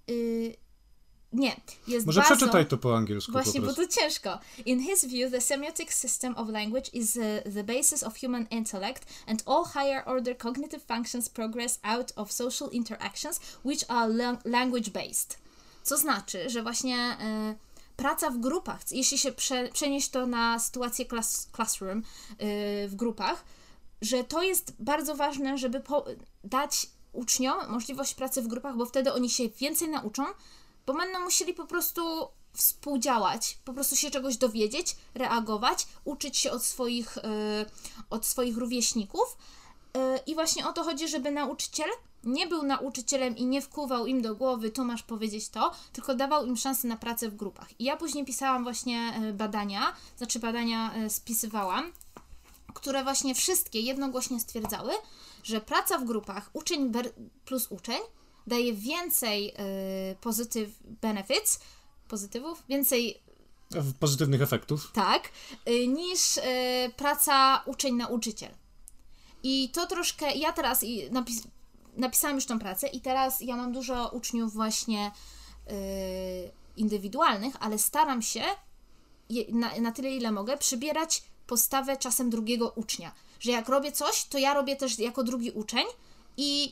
jest Może bazą... przeczytaj to po angielsku. Właśnie, po bo to ciężko. In his view, the semiotic system of language is the basis of human intellect, and all higher order cognitive functions progress out of social interactions, which are language-based. Co znaczy, że właśnie praca w grupach, jeśli się przenieść to na sytuację classroom w grupach, że to jest bardzo ważne, żeby dać uczniom możliwość pracy w grupach, bo wtedy oni się więcej nauczą, bo będą musieli po prostu współdziałać, po prostu się czegoś dowiedzieć, reagować, uczyć się od swoich rówieśników. I właśnie o to chodzi, żeby nauczyciel nie był nauczycielem i nie wkuwał im do głowy, tu masz powiedzieć to, tylko dawał im szansę na pracę w grupach. I ja później pisałam właśnie badania spisywałam, które właśnie wszystkie jednogłośnie stwierdzały, że praca w grupach, uczeń plus uczeń, daje więcej pozytywów, więcej pozytywnych efektów. Tak, niż praca uczeń-nauczyciel. I to troszkę, ja teraz napisałam już tą pracę i teraz ja mam dużo uczniów właśnie indywidualnych, ale staram się na tyle, ile mogę, przybierać postawę czasem drugiego ucznia. Że jak robię coś, to ja robię też jako drugi uczeń i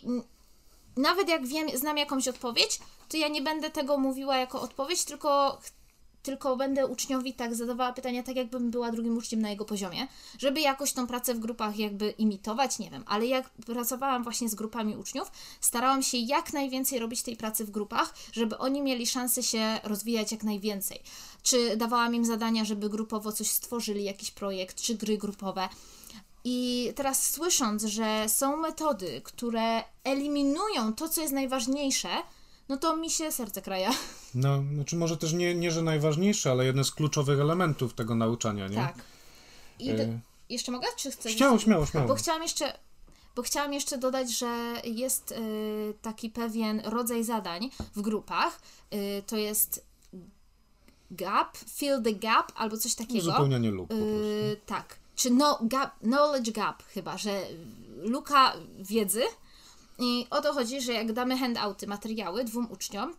nawet jak znam jakąś odpowiedź, to ja nie będę tego mówiła jako odpowiedź, tylko tylko będę uczniowi tak zadawała pytania, tak jakbym była drugim uczniem na jego poziomie, żeby jakoś tą pracę w grupach jakby imitować, nie wiem, ale jak pracowałam właśnie z grupami uczniów, starałam się jak najwięcej robić tej pracy w grupach, żeby oni mieli szansę się rozwijać jak najwięcej. Czy dawałam im zadania, żeby grupowo coś stworzyli, jakiś projekt, czy gry grupowe. I teraz słysząc, że są metody, które eliminują to, co jest najważniejsze, no to mi się serce kraja. No, znaczy może też nie, że najważniejsze, ale jeden z kluczowych elementów tego nauczania, nie? Tak. I jeszcze mogę? Czy chcesz? Śmiało. Bo chciałam jeszcze dodać, że jest taki pewien rodzaj zadań w grupach. To jest gap, fill the gap, albo coś takiego. Uzupełnianie luk po prostu. Tak. Czy knowledge gap chyba, że luka wiedzy. I o to chodzi, że jak damy handouty, materiały dwóm uczniom,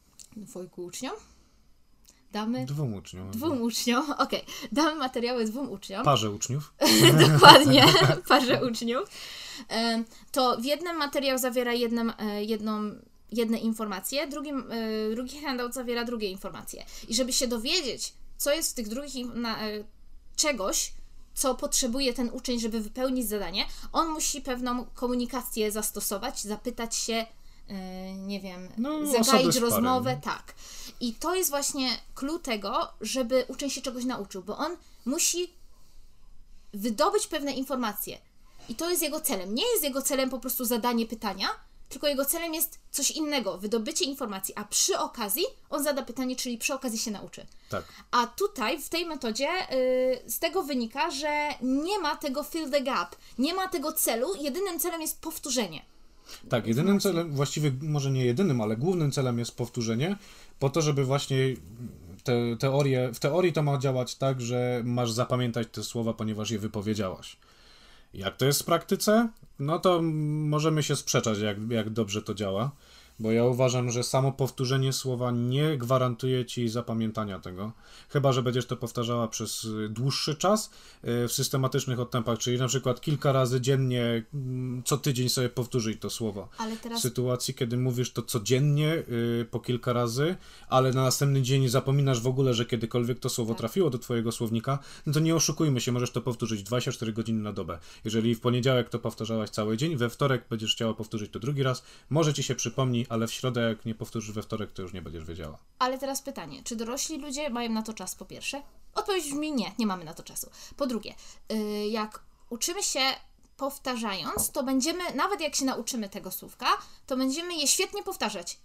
Dwóm uczniom, okej. Damy materiały dwóm uczniom. Parze uczniów. Dokładnie, parze uczniów. To w jednym materiał zawiera jedne informacje, drugi handout zawiera drugie informacje. I żeby się dowiedzieć, co jest w tych drugich czegoś, co potrzebuje ten uczeń, żeby wypełnić zadanie, on musi pewną komunikację zastosować, zapytać się, nie wiem, zagaić rozmowę, tak. I to jest właśnie clue tego, żeby uczeń się czegoś nauczył, bo on musi wydobyć pewne informacje. I to jest jego celem. Nie jest jego celem po prostu zadanie pytania, tylko jego celem jest coś innego, wydobycie informacji, a przy okazji on zada pytanie, czyli przy okazji się nauczy. Tak. A tutaj, w tej metodzie, z tego wynika, że nie ma tego fill the gap, nie ma tego celu, jedynym celem jest powtórzenie. Tak, jedynym celem, właściwie może nie jedynym, ale głównym celem jest powtórzenie, po to, żeby właśnie w teorii to ma działać tak, że masz zapamiętać te słowa, ponieważ je wypowiedziałaś. Jak to jest w praktyce? No to możemy się sprzeczać, jak dobrze to działa, bo ja uważam, że samo powtórzenie słowa nie gwarantuje ci zapamiętania tego, chyba że będziesz to powtarzała przez dłuższy czas w systematycznych odtępach, czyli na przykład kilka razy dziennie, co tydzień sobie powtórzyć to słowo. Ale teraz... W sytuacji, kiedy mówisz to codziennie po kilka razy, ale na następny dzień zapominasz w ogóle, że kiedykolwiek to słowo trafiło do twojego słownika, no to nie oszukujmy się, możesz to powtórzyć 24 godziny na dobę. Jeżeli w poniedziałek to powtarzałaś cały dzień, we wtorek będziesz chciała powtórzyć to drugi raz, może ci się przypomni, ale w środę, jak nie powtórzysz we wtorek, to już nie będziesz wiedziała. Ale teraz pytanie, czy dorośli ludzie mają na to czas, po pierwsze? Odpowiedź brzmi nie mamy na to czasu. Po drugie, jak uczymy się powtarzając, to będziemy, nawet jak się nauczymy tego słówka, to będziemy je świetnie powtarzać.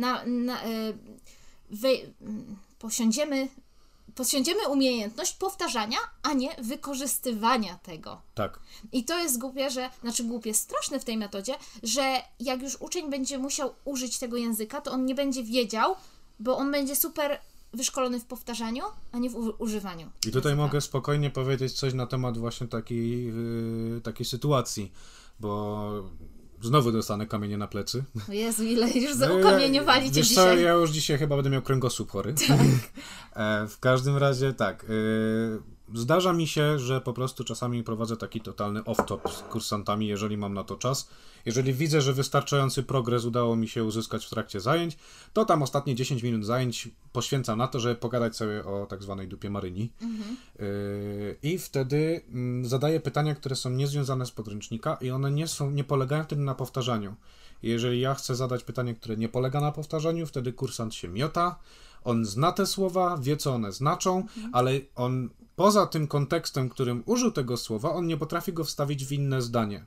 Posiądziemy umiejętność powtarzania, a nie wykorzystywania tego. Tak. I to jest straszne w tej metodzie, że jak już uczeń będzie musiał użyć tego języka, to on nie będzie wiedział, bo on będzie super wyszkolony w powtarzaniu, a nie w używaniu. I tutaj mogę spokojnie powiedzieć coś na temat właśnie takiej sytuacji, bo znowu dostanę kamienie na plecy. O Jezu, ile już zaukamieniowali cię dzisiaj. Co, ja już dzisiaj chyba będę miał kręgosłup chory. Tak. W każdym razie tak. Zdarza mi się, że po prostu czasami prowadzę taki totalny off-top z kursantami, jeżeli mam na to czas. Jeżeli widzę, że wystarczający progres udało mi się uzyskać w trakcie zajęć, to tam ostatnie 10 minut zajęć poświęcam na to, żeby pogadać sobie o tak zwanej dupie Maryni. I wtedy zadaję pytania, które są niezwiązane z podręcznika i one nie polegają wtedy na powtarzaniu. Jeżeli ja chcę zadać pytanie, które nie polega na powtarzaniu, wtedy kursant się miota, on zna te słowa, wie co one znaczą, ale on poza tym kontekstem, którym użył tego słowa, on nie potrafi go wstawić w inne zdanie.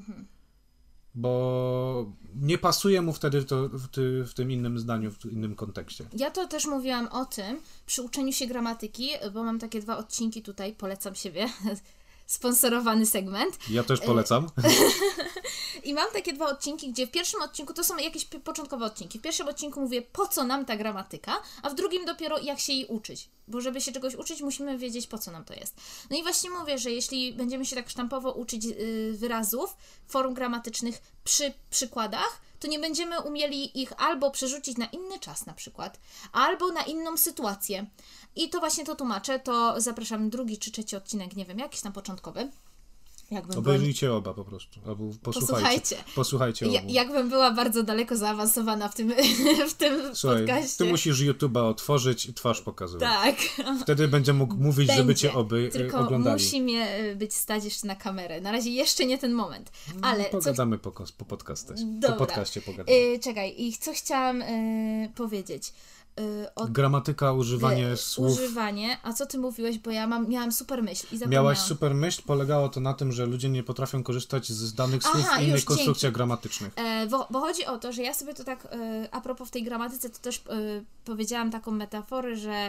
Bo nie pasuje mu wtedy w tym innym zdaniu, w innym kontekście. Ja to też mówiłam o tym przy uczeniu się gramatyki, bo mam takie 2 odcinki tutaj, polecam siebie, sponsorowany segment. Ja też polecam. I mam takie 2 odcinki, gdzie w pierwszym odcinku, to są jakieś początkowe odcinki, w pierwszym odcinku mówię, po co nam ta gramatyka, a w drugim dopiero jak się jej uczyć. Bo żeby się czegoś uczyć, musimy wiedzieć, po co nam to jest. No i właśnie mówię, że jeśli będziemy się tak sztampowo uczyć wyrazów, form gramatycznych przy przykładach, to nie będziemy umieli ich albo przerzucić na inny czas na przykład, albo na inną sytuację. I to właśnie to tłumaczę, to zapraszam 2. czy 3. odcinek, nie wiem, jakiś tam początkowy. Obejrzyjcie oba po prostu, albo posłuchajcie obu. Jakbym była bardzo daleko zaawansowana w tym Słuchaj, podcaście. ty musisz YouTube'a otworzyć i twarz pokazywać. Tak. Wtedy będzie mógł mówić, żeby cię tylko oglądali. musi mnie być stać jeszcze na kamerę. Na razie jeszcze nie ten moment. Ale pogadamy po podcaście. Dobra. Po podcaście pogadamy. Czekaj, i co chciałam powiedzieć? Gramatyka, używanie słów. Używanie, a co ty mówiłeś, bo ja miałam super myśl i zapomniałam. Miałaś super myśl, polegało to na tym, że ludzie nie potrafią korzystać z danych słów w innych konstrukcjach gramatycznych. Bo chodzi o to, że ja sobie to tak, a propos w tej gramatyce, to też powiedziałam taką metaforę, że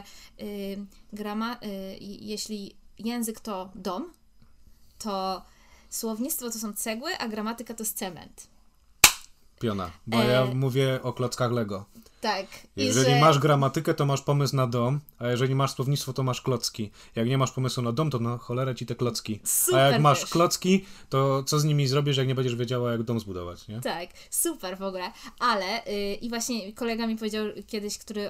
jeśli język to dom, to słownictwo to są cegły, a gramatyka to jest cement. Piona, bo ja mówię o klockach Lego. Tak. Jeżeli masz gramatykę, to masz pomysł na dom, a jeżeli masz słownictwo, to masz klocki. Jak nie masz pomysłu na dom, to na cholerę ci te klocki. Super, a jak masz klocki, to co z nimi zrobisz, jak nie będziesz wiedziała, jak dom zbudować, nie? Tak, super w ogóle. Ale i właśnie kolega mi powiedział kiedyś, który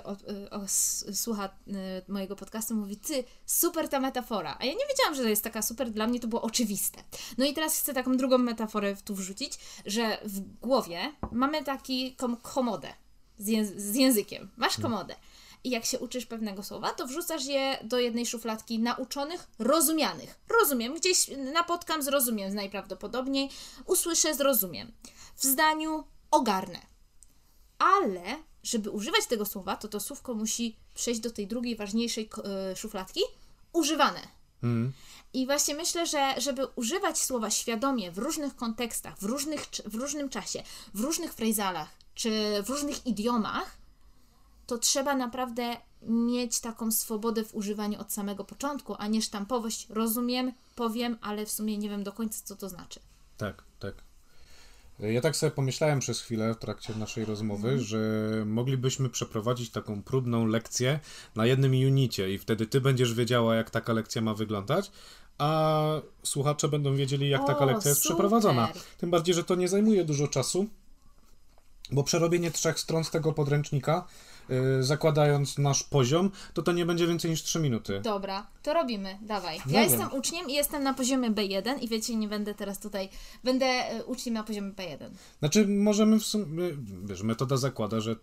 słucha mojego podcastu, mówi, ty, super ta metafora. A ja nie wiedziałam, że to jest taka super, dla mnie to było oczywiste. No i teraz chcę taką drugą metaforę tu wrzucić, że w głowie mamy taki komodę z językiem. Masz komodę. I jak się uczysz pewnego słowa, to wrzucasz je do jednej szufladki nauczonych, rozumianych. Rozumiem. Gdzieś napotkam, zrozumiem najprawdopodobniej. Usłyszę, zrozumiem. W zdaniu ogarnę. Ale żeby używać tego słowa, to słówko musi przejść do tej drugiej, ważniejszej szufladki. Używane. I właśnie myślę, że żeby używać słowa świadomie w różnych kontekstach, w różnym czasie, w różnych frazalach, czy w różnych idiomach, to trzeba naprawdę mieć taką swobodę w używaniu od samego początku, a nie sztampowość. Rozumiem, powiem, ale w sumie nie wiem do końca, co to znaczy. Tak, tak. Ja tak sobie pomyślałem przez chwilę w trakcie naszej rozmowy, że moglibyśmy przeprowadzić taką próbną lekcję na jednym unicie i wtedy ty będziesz wiedziała, jak taka lekcja ma wyglądać, a słuchacze będą wiedzieli, jak taka lekcja jest przeprowadzona. Tym bardziej, że to nie zajmuje dużo czasu, bo przerobienie 3 stron z tego podręcznika, zakładając nasz poziom, to nie będzie więcej niż 3 minuty. Dobra, to robimy, dawaj. Dobra. Ja jestem uczniem i jestem na poziomie B1 i wiecie, nie będę teraz tutaj, będę uczniem na poziomie B1. Znaczy, możemy w sumie, wiesz, metoda zakłada, że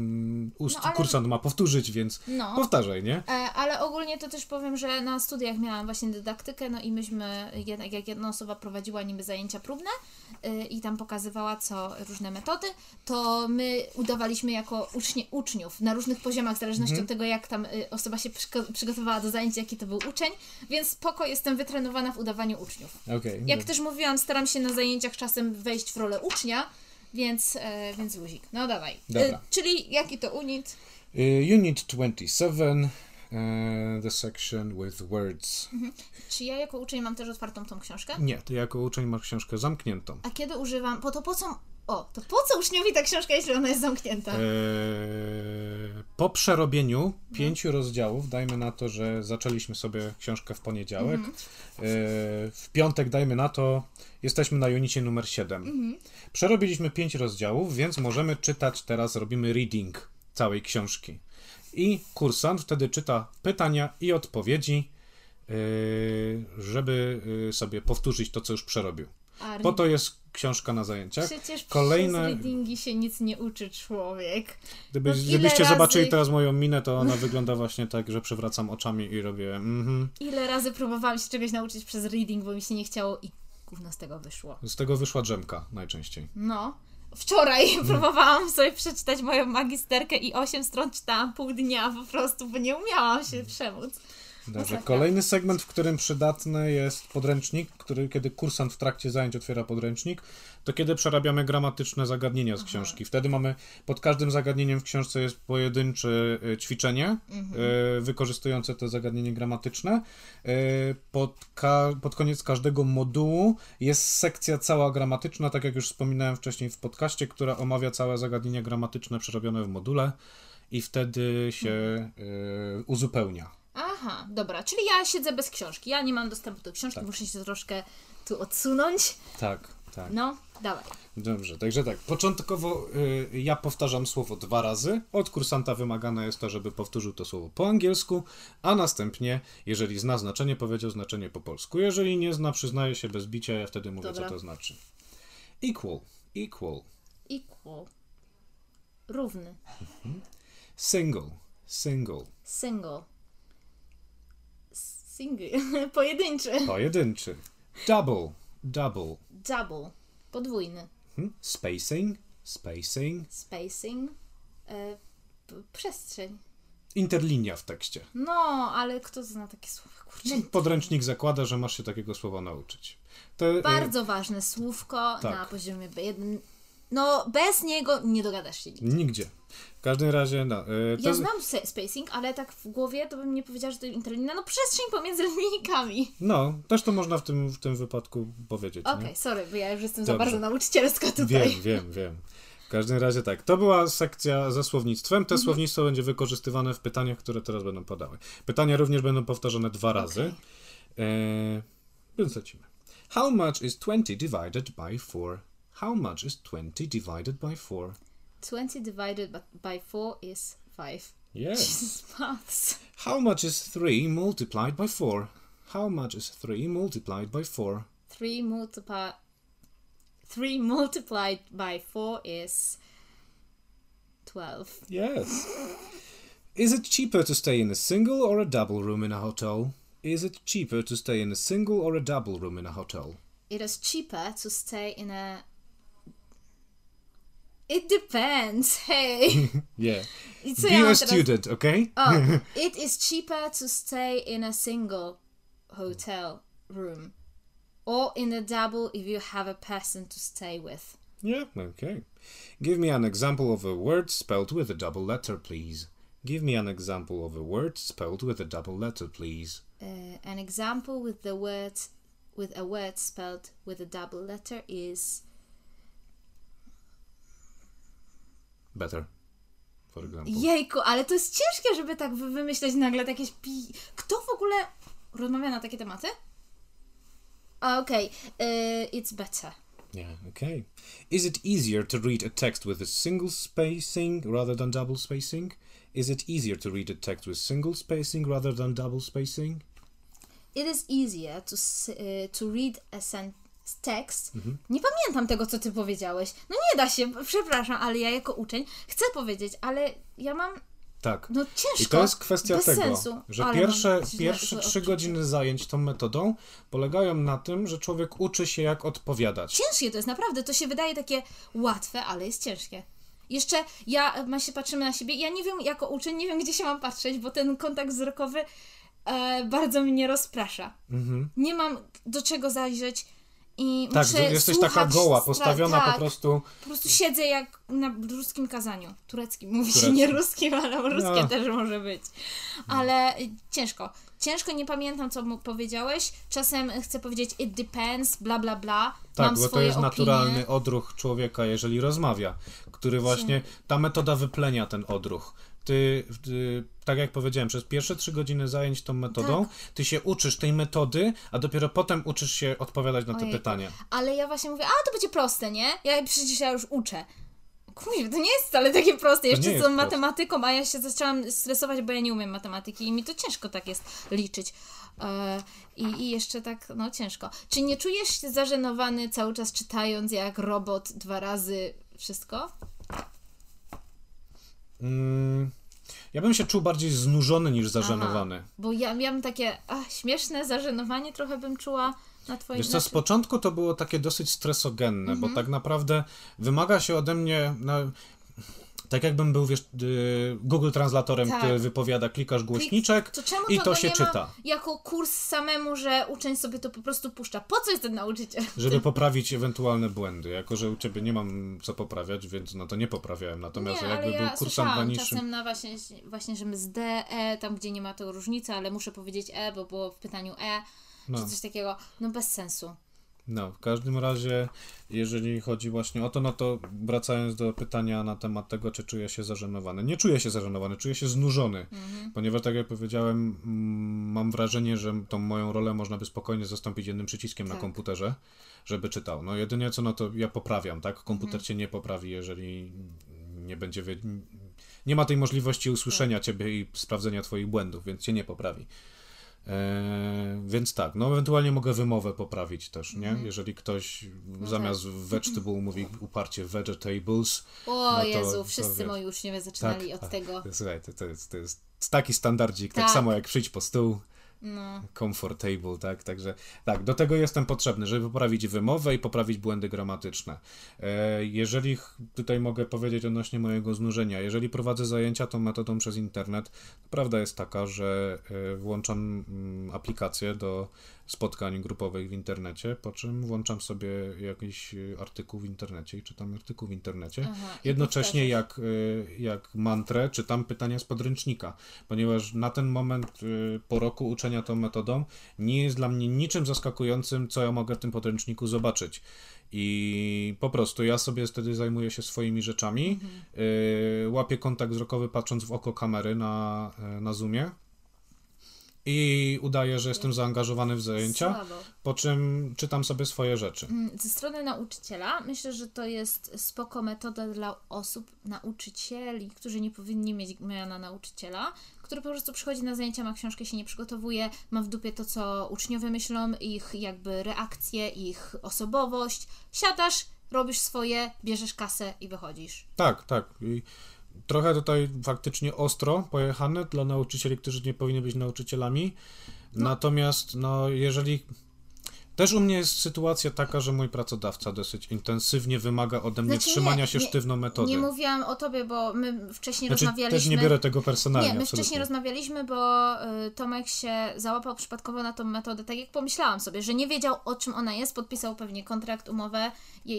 kursant ma powtórzyć, więc powtarzaj, nie? Ale ogólnie to też powiem, że na studiach miałam właśnie dydaktykę, no i myśmy, jak jedna osoba prowadziła niby zajęcia próbne i tam pokazywała różne metody, to my udawaliśmy jako uczniów na różnych poziomach, w zależności od tego, jak tam osoba się przygotowała do zajęć, jaki to był uczeń, więc spoko, jestem wytrenowana w udawaniu uczniów. Okay, jak też mówiłam, staram się na zajęciach czasem wejść w rolę ucznia, więc luzik. No dawaj. Czyli jaki to unit? Unit 27, the section with words. Czy ja jako uczeń mam też otwartą tą książkę? Nie, ty jako uczeń masz książkę zamkniętą. A kiedy używam, to po co uczniowi ta książka, jeśli ona jest zamknięta? Po przerobieniu 5 rozdziałów, dajmy na to, że zaczęliśmy sobie książkę w poniedziałek, w piątek, dajmy na to, jesteśmy na unicie numer 7. Przerobiliśmy 5 rozdziałów, więc możemy czytać teraz, robimy reading całej książki. I kursant wtedy czyta pytania i odpowiedzi, żeby sobie powtórzyć to, co już przerobił. Po to jest książka na zajęciach. Przecież przez readingi się nic nie uczy człowiek. Gdybyście zobaczyli teraz moją minę, to ona wygląda właśnie tak, że przewracam oczami i robię Ile razy próbowałam się czegoś nauczyć przez reading, bo mi się nie chciało i gówno z tego wyszło. Z tego wyszła drzemka najczęściej. No. Wczoraj próbowałam sobie przeczytać moją magisterkę i 8 stron czytałam pół dnia po prostu, bo nie umiałam się przemóc. Dobrze. Kolejny segment, w którym przydatny jest podręcznik, kiedy kursant w trakcie zajęć otwiera podręcznik, to kiedy przerabiamy gramatyczne zagadnienia z książki. Wtedy mamy, pod każdym zagadnieniem w książce jest pojedyncze ćwiczenie wykorzystujące to zagadnienie gramatyczne. Pod koniec każdego modułu jest sekcja cała gramatyczna, tak jak już wspominałem wcześniej w podcaście, która omawia całe zagadnienia gramatyczne przerobione w module i wtedy się uzupełnia. Aha, dobra, czyli ja siedzę bez książki, ja nie mam dostępu do książki, muszę się troszkę tu odsunąć. Tak. Tak. No, dawaj. Dobrze, także tak, początkowo ja powtarzam słowo 2 razy. Od kursanta wymagane jest to, żeby powtórzył to słowo po angielsku, a następnie, jeżeli zna znaczenie, powiedział znaczenie po polsku. Jeżeli nie zna, przyznaje się bez bicia, ja wtedy mówię, Dobra. co to znaczy. Equal, equal. Equal. Równy. Single, single. Single. Single. Pojedynczy. Pojedynczy. Double, double. Double. Podwójny. Spacing, spacing. Spacing. Przestrzeń. Interlinia w tekście. No, ale kto zna takie słowa? Kurczę. No, podręcznik zakłada, że masz się takiego słowa nauczyć. To, Bardzo ważne słówko tak. na poziomie B1. No, bez niego nie dogadasz się. Nigdzie. W każdym razie, no. Ja znam spacing, ale tak w głowie to bym nie powiedziała, że to interlina. No, przestrzeń pomiędzy linijkami. No, też to można w tym wypadku powiedzieć. Okej, sorry, bo ja już jestem Dobrze. za bardzo nauczycielska tutaj. Wiem. W każdym razie tak, to była sekcja ze słownictwem. To słownictwo będzie wykorzystywane w pytaniach, które teraz będą padały. Pytania również będą powtarzane 2 razy. Więc lecimy. How much is 20 divided by 4? How much is 20 divided by 4? 20 divided by 4 is 5. Yes. Jesus, maths. How much is 3 multiplied by 4? How much is 3 multiplied by 4? 3 multiplied by 4 is 12. Yes. Is it cheaper to stay in a single or a double room in a hotel? Is it cheaper to stay in a single or a double room in a hotel? It is cheaper to stay in a... It depends, hey. Yeah. I co Be ja mam a teraz- student, okay? Oh, it is cheaper to stay in a single hotel room or in a double if you have a person to stay with. Yeah, okay. Give me an example of a word spelled with a double letter, please. Give me an example of a word spelled with a double letter, please. An example with a word spelled with a double letter is Better, for example. jejku, ale to jest ciężkie, żeby tak wymyśleć nagle jakieś Kto w ogóle rozmawia na takie tematy? Okej, it's better. Yeah, okay. Is it easier to read a text with a single spacing rather than double spacing? Is it easier to read a text with single spacing rather than double spacing? It is easier to read a text. Nie pamiętam tego, co ty powiedziałeś. No nie da się, przepraszam, ale ja jako uczeń chcę powiedzieć, ale ja mam... Tak. No ciężko. I to jest kwestia bez tego, sensu, że ale pierwsze mam 3 odczucie. godziny zajęć tą metodą polegają na tym, że człowiek uczy się, jak odpowiadać. Ciężkie to jest, naprawdę. To się wydaje takie łatwe, ale jest ciężkie. Jeszcze my się patrzymy na siebie. Ja nie wiem, jako uczeń, nie wiem, gdzie się mam patrzeć, bo ten kontakt wzrokowy bardzo mnie rozprasza. Nie mam do czego zajrzeć i Tak, muszę jesteś słuchać taka goła, postawiona tak. po prostu. Po prostu siedzę jak na ruskim kazaniu. Tureckim mówi się, Tureckim. nie ruskim, ale ruskie No. też może być. Ale ciężko. Ciężko, nie pamiętam, co powiedziałeś. Czasem chcę powiedzieć it depends, bla bla bla. Tak, Mam bo to swoje jest opinie. naturalny odruch człowieka, jeżeli rozmawia, który właśnie, ta metoda wyplenia ten odruch. Ty, tak jak powiedziałem, przez pierwsze 3 godziny zajęć tą metodą, ty się uczysz tej metody, a dopiero potem uczysz się odpowiadać na te Ojejku. pytania. Ale ja właśnie mówię, to będzie proste, nie? Przecież ja już uczę. Kurwa, to nie jest wcale takie proste. nie Jeszcze z jest tą proste. matematyką, a ja się zaczęłam stresować, bo ja nie umiem matematyki i mi to ciężko tak jest liczyć. I jeszcze tak, no ciężko. Czy nie czujesz się zażenowany cały czas czytając jak robot 2 razy wszystko? Ja bym się czuł bardziej znużony niż zażenowany. Bo ja miałam takie śmieszne zażenowanie, trochę bym czuła na twoim... Wiesz co, z początku to było takie dosyć stresogenne, bo tak naprawdę wymaga się ode mnie, tak jakbym był, wiesz, Google Translatorem, Tak. który wypowiada, klikasz głośniczek To czemu i to to się nie czyta. ma jako kurs samemu, że uczeń sobie to po prostu puszcza? Po co jest ten nauczyciel? Żeby poprawić ewentualnie błędy. Jako że u ciebie nie mam co poprawiać, więc no to nie poprawiałem. Natomiast Nie, jakby ale był ja kursant słyszałam na niższym... czasem na właśnie, że z D, E, tam gdzie nie ma to różnicy, ale muszę powiedzieć E, bo było w pytaniu E, czy coś takiego. No bez sensu. No, w każdym razie, jeżeli chodzi właśnie o to, no to wracając do pytania na temat tego, czy czuję się zażenowany. Nie czuję się zażenowany, czuję się znużony, ponieważ tak jak powiedziałem, mam wrażenie, że tą moją rolę można by spokojnie zastąpić jednym przyciskiem na komputerze, żeby czytał. No jedynie co, no to ja poprawiam, tak? Komputer cię nie poprawi, jeżeli nie będzie... Nie ma tej możliwości usłyszenia ciebie i sprawdzenia twoich błędów, więc cię nie poprawi. Więc tak, no ewentualnie mogę wymowę poprawić też, nie? Jeżeli ktoś zamiast vegetable mówi uparcie vegetables. O no Jezu, wszyscy moi uczniowie zaczynali od tego. Słuchaj, to jest taki standardzik, tak samo jak przyjdź po stół. No. Comfortable, tak? Także tak, do tego jestem potrzebny, żeby poprawić wymowę i poprawić błędy gramatyczne. Jeżeli tutaj mogę powiedzieć odnośnie mojego znużenia, jeżeli prowadzę zajęcia tą metodą przez internet, prawda jest taka, że włączam aplikację do spotkań grupowych w internecie, po czym włączam sobie jakiś artykuł w internecie i czytam artykuł w internecie. Jednocześnie jak mantrę czytam pytania z podręcznika, ponieważ na ten moment po roku uczenia tą metodą nie jest dla mnie niczym zaskakującym, co ja mogę w tym podręczniku zobaczyć. I po prostu ja sobie wtedy zajmuję się swoimi rzeczami, łapię kontakt wzrokowy patrząc w oko kamery na Zoomie i udaję, że jestem zaangażowany w zajęcia, po czym czytam sobie swoje rzeczy. Ze strony nauczyciela myślę, że to jest spoko metoda dla osób, nauczycieli, którzy nie powinni mieć miana nauczyciela, który po prostu przychodzi na zajęcia, ma książkę, się nie przygotowuje, ma w dupie to, co uczniowie myślą, ich jakby reakcje, ich osobowość. Siadasz, robisz swoje, bierzesz kasę i wychodzisz. Tak. I trochę tutaj faktycznie ostro pojechane dla nauczycieli, którzy nie powinni być nauczycielami. Natomiast jeżeli... Też u mnie jest sytuacja taka, że mój pracodawca dosyć intensywnie wymaga ode mnie trzymania się sztywno metody. Nie mówiłam o tobie, bo my wcześniej rozmawialiśmy... Też nie biorę tego personalnie. Nie, my absolutnie. wcześniej rozmawialiśmy, bo Tomek się załapał przypadkowo na tą metodę, tak jak pomyślałam sobie, że nie wiedział, o czym ona jest, podpisał pewnie kontrakt, umowę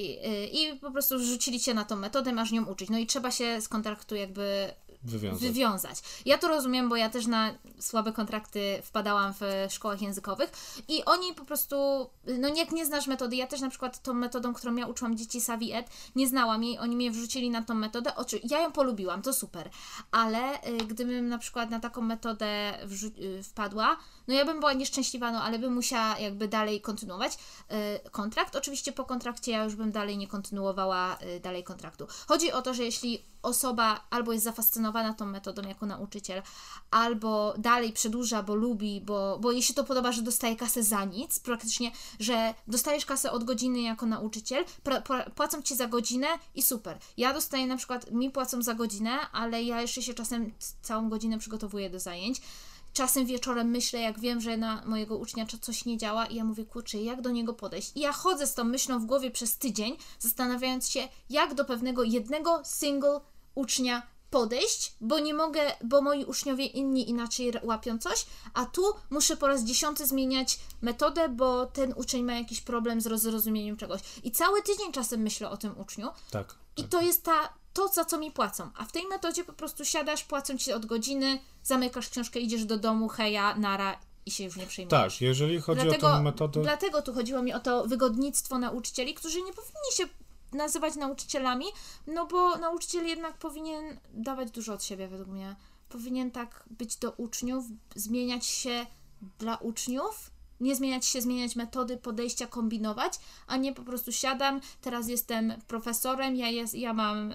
i po prostu rzucili cię na tą metodę, masz nią uczyć. No i trzeba się z kontraktu jakby wywiązać. Ja to rozumiem, bo ja też na słabe kontrakty wpadałam w szkołach językowych i oni po prostu, jak nie znasz metody, ja też na przykład tą metodą, którą ja uczyłam dzieci Savvy Ed, nie znałam jej, oni mnie wrzucili na tą metodę, ja ją polubiłam, to super, ale gdybym na przykład na taką metodę wpadła, ja bym była nieszczęśliwa, ale bym musiała jakby dalej kontynuować kontrakt. Oczywiście po kontrakcie ja już bym dalej nie kontynuowała dalej kontraktu. Chodzi o to, że jeśli osoba albo jest zafascynowana tą metodą jako nauczyciel, albo dalej przedłuża, bo lubi, bo jej się to podoba, że dostaje kasę za nic, praktycznie, że dostajesz kasę od godziny jako nauczyciel, płacą ci za godzinę i super. Ja dostaję na przykład, mi płacą za godzinę, ale ja jeszcze się czasem całą godzinę przygotowuję do zajęć. Czasem wieczorem myślę, jak wiem, że na mojego ucznia coś nie działa i ja mówię, kurczę, jak do niego podejść? I ja chodzę z tą myślą w głowie przez tydzień, zastanawiając się, jak do pewnego jednego single ucznia podejść, bo nie mogę, bo moi uczniowie inni inaczej łapią coś, a tu muszę po raz 10 zmieniać metodę, bo ten uczeń ma jakiś problem z zrozumieniem czegoś. I cały tydzień czasem myślę o tym uczniu. Tak. I to jest to, za co mi płacą. A w tej metodzie po prostu siadasz, płacą ci od godziny, zamykasz książkę, idziesz do domu, heja, nara i się już nie przejmujesz. Tak, jeżeli chodzi o tę metodę... Dlatego tu chodziło mi o to wygodnictwo nauczycieli, którzy nie powinni się nazywać nauczycielami, bo nauczyciel jednak powinien dawać dużo od siebie, według mnie. Powinien tak być do uczniów, zmieniać się dla uczniów, nie zmieniać się, zmieniać metody, podejścia, kombinować, a nie po prostu siadam, teraz jestem profesorem, ja mam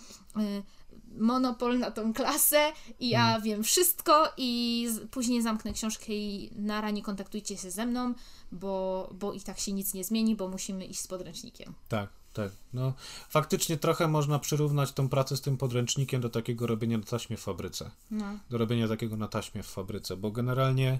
monopol na tą klasę i ja wiem wszystko i później zamknę książkę i nara, nie kontaktujcie się ze mną, bo i tak się nic nie zmieni, bo musimy iść z podręcznikiem. Tak. Faktycznie trochę można przyrównać tą pracę z tym podręcznikiem do takiego robienia na taśmie w fabryce. Do robienia takiego na taśmie w fabryce, bo generalnie